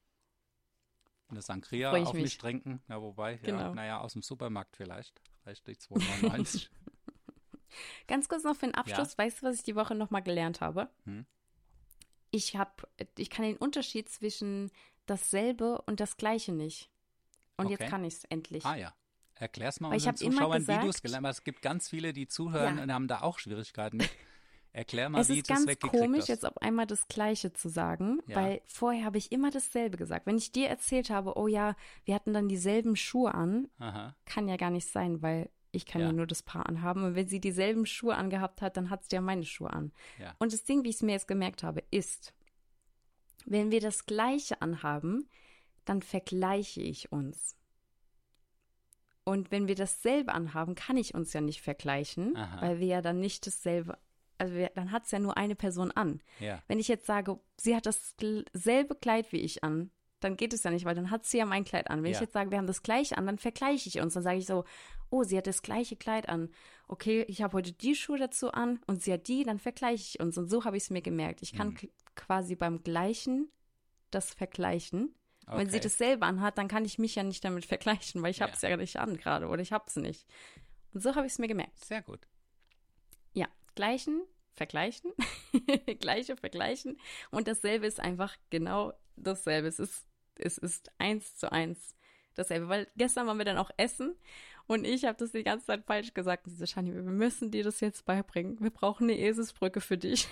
eine Sangria auf mich trinken. Ja, wobei, aus dem Supermarkt vielleicht. Reicht die 2,99. Ganz kurz noch für den Abschluss. Weißt du, was ich die Woche nochmal gelernt habe? Ich kann den Unterschied zwischen dasselbe und das Gleiche nicht. Und jetzt kann ich es endlich. Ah ja. Erklär's mal unseren Zuschauern, wie du es gelernt hast. Es gibt ganz viele, die zuhören und haben da auch Schwierigkeiten mit. Erklär mal, wie du es weggekriegt hast. Es ist ganz komisch, jetzt auf einmal das Gleiche zu sagen, weil vorher habe ich immer dasselbe gesagt. Wenn ich dir erzählt habe, oh ja, wir hatten dann dieselben Schuhe an, kann ja gar nicht sein, weil ich kann ja nur das Paar anhaben. Und wenn sie dieselben Schuhe angehabt hat, dann hat sie ja meine Schuhe an. Ja. Und das Ding, wie ich es mir jetzt gemerkt habe, ist, wenn wir das Gleiche anhaben, dann vergleiche ich uns. Und wenn wir dasselbe anhaben, kann ich uns ja nicht vergleichen, weil wir ja dann nicht dasselbe, also dann hat es ja nur eine Person an. Ja. Wenn ich jetzt sage, sie hat dasselbe Kleid wie ich an, dann geht es ja nicht, weil dann hat sie ja mein Kleid an. Wenn ich jetzt sage, wir haben das Gleiche an, dann vergleiche ich uns. Dann sage ich so, oh, sie hat das gleiche Kleid an. Okay, ich habe heute die Schuhe dazu an und sie hat die, dann vergleiche ich uns. Und so habe ich es mir gemerkt. Ich kann quasi beim Gleichen das vergleichen. Okay. Wenn sie dasselbe anhat, dann kann ich mich ja nicht damit vergleichen, weil ich habe es ja nicht an gerade oder ich habe es nicht. Und so habe ich es mir gemerkt. Sehr gut. Ja, Gleichen, vergleichen, Gleiche, vergleichen und dasselbe ist einfach genau dasselbe. Es ist 1:1 dasselbe, weil gestern waren wir dann auch essen und ich habe das die ganze Zeit falsch gesagt. Und sie so, Shani, wir müssen dir das jetzt beibringen. Wir brauchen eine Eselsbrücke für dich.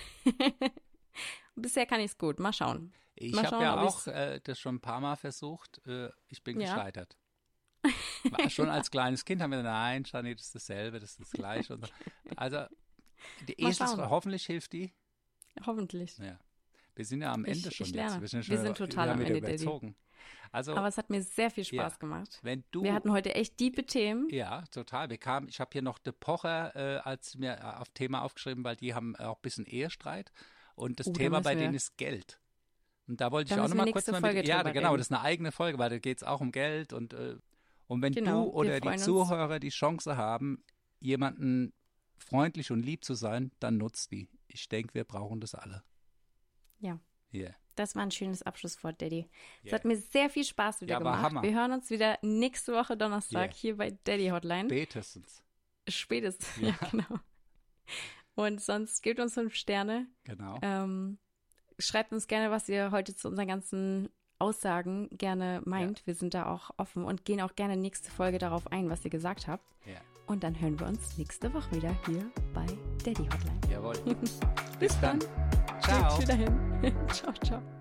Bisher kann ich es gut. Mal schauen. Ich habe ja auch das schon ein paar Mal versucht. Ich bin gescheitert. War schon als kleines Kind haben wir gesagt, nein, Shani, das ist dasselbe, das ist das Gleiche. Und so. Also die Eselsbrücke, hoffentlich hilft die. Hoffentlich. Ja. Wir sind ja am Ende schon jetzt. Wir sind total am Ende, Daddy. Also, aber es hat mir sehr viel Spaß gemacht. Wir hatten heute echt tiefe Themen. Ja, total. Ich habe hier noch De Pocher als mir auf Thema aufgeschrieben, weil die haben auch ein bisschen Ehestreit. Und das Thema bei denen ist Geld. Und da wollte ich auch noch mal kurz mal mit. Ja, genau, das ist eine eigene Folge, weil da geht es auch um Geld. Und wenn du oder die Zuhörer die Chance haben, jemanden freundlich und lieb zu sein, dann nutzt die. Ich denke, wir brauchen das alle. Ja. Yeah. Das war ein schönes Abschlusswort, Daddy. Es hat mir sehr viel Spaß wieder gemacht. Hammer. Wir hören uns wieder nächste Woche Donnerstag hier bei Daddy Hotline. Spätestens, ja genau. Und sonst gebt uns 5 Sterne. Genau. Schreibt uns gerne, was ihr heute zu unseren ganzen Aussagen gerne meint. Wir sind da auch offen und gehen auch gerne nächste Folge darauf ein, was ihr gesagt habt. Ja. Und dann hören wir uns nächste Woche wieder hier bei Daddy Hotline. Jawohl. Bis dann. Ciao. Bis wieder hin. Ciao, ciao.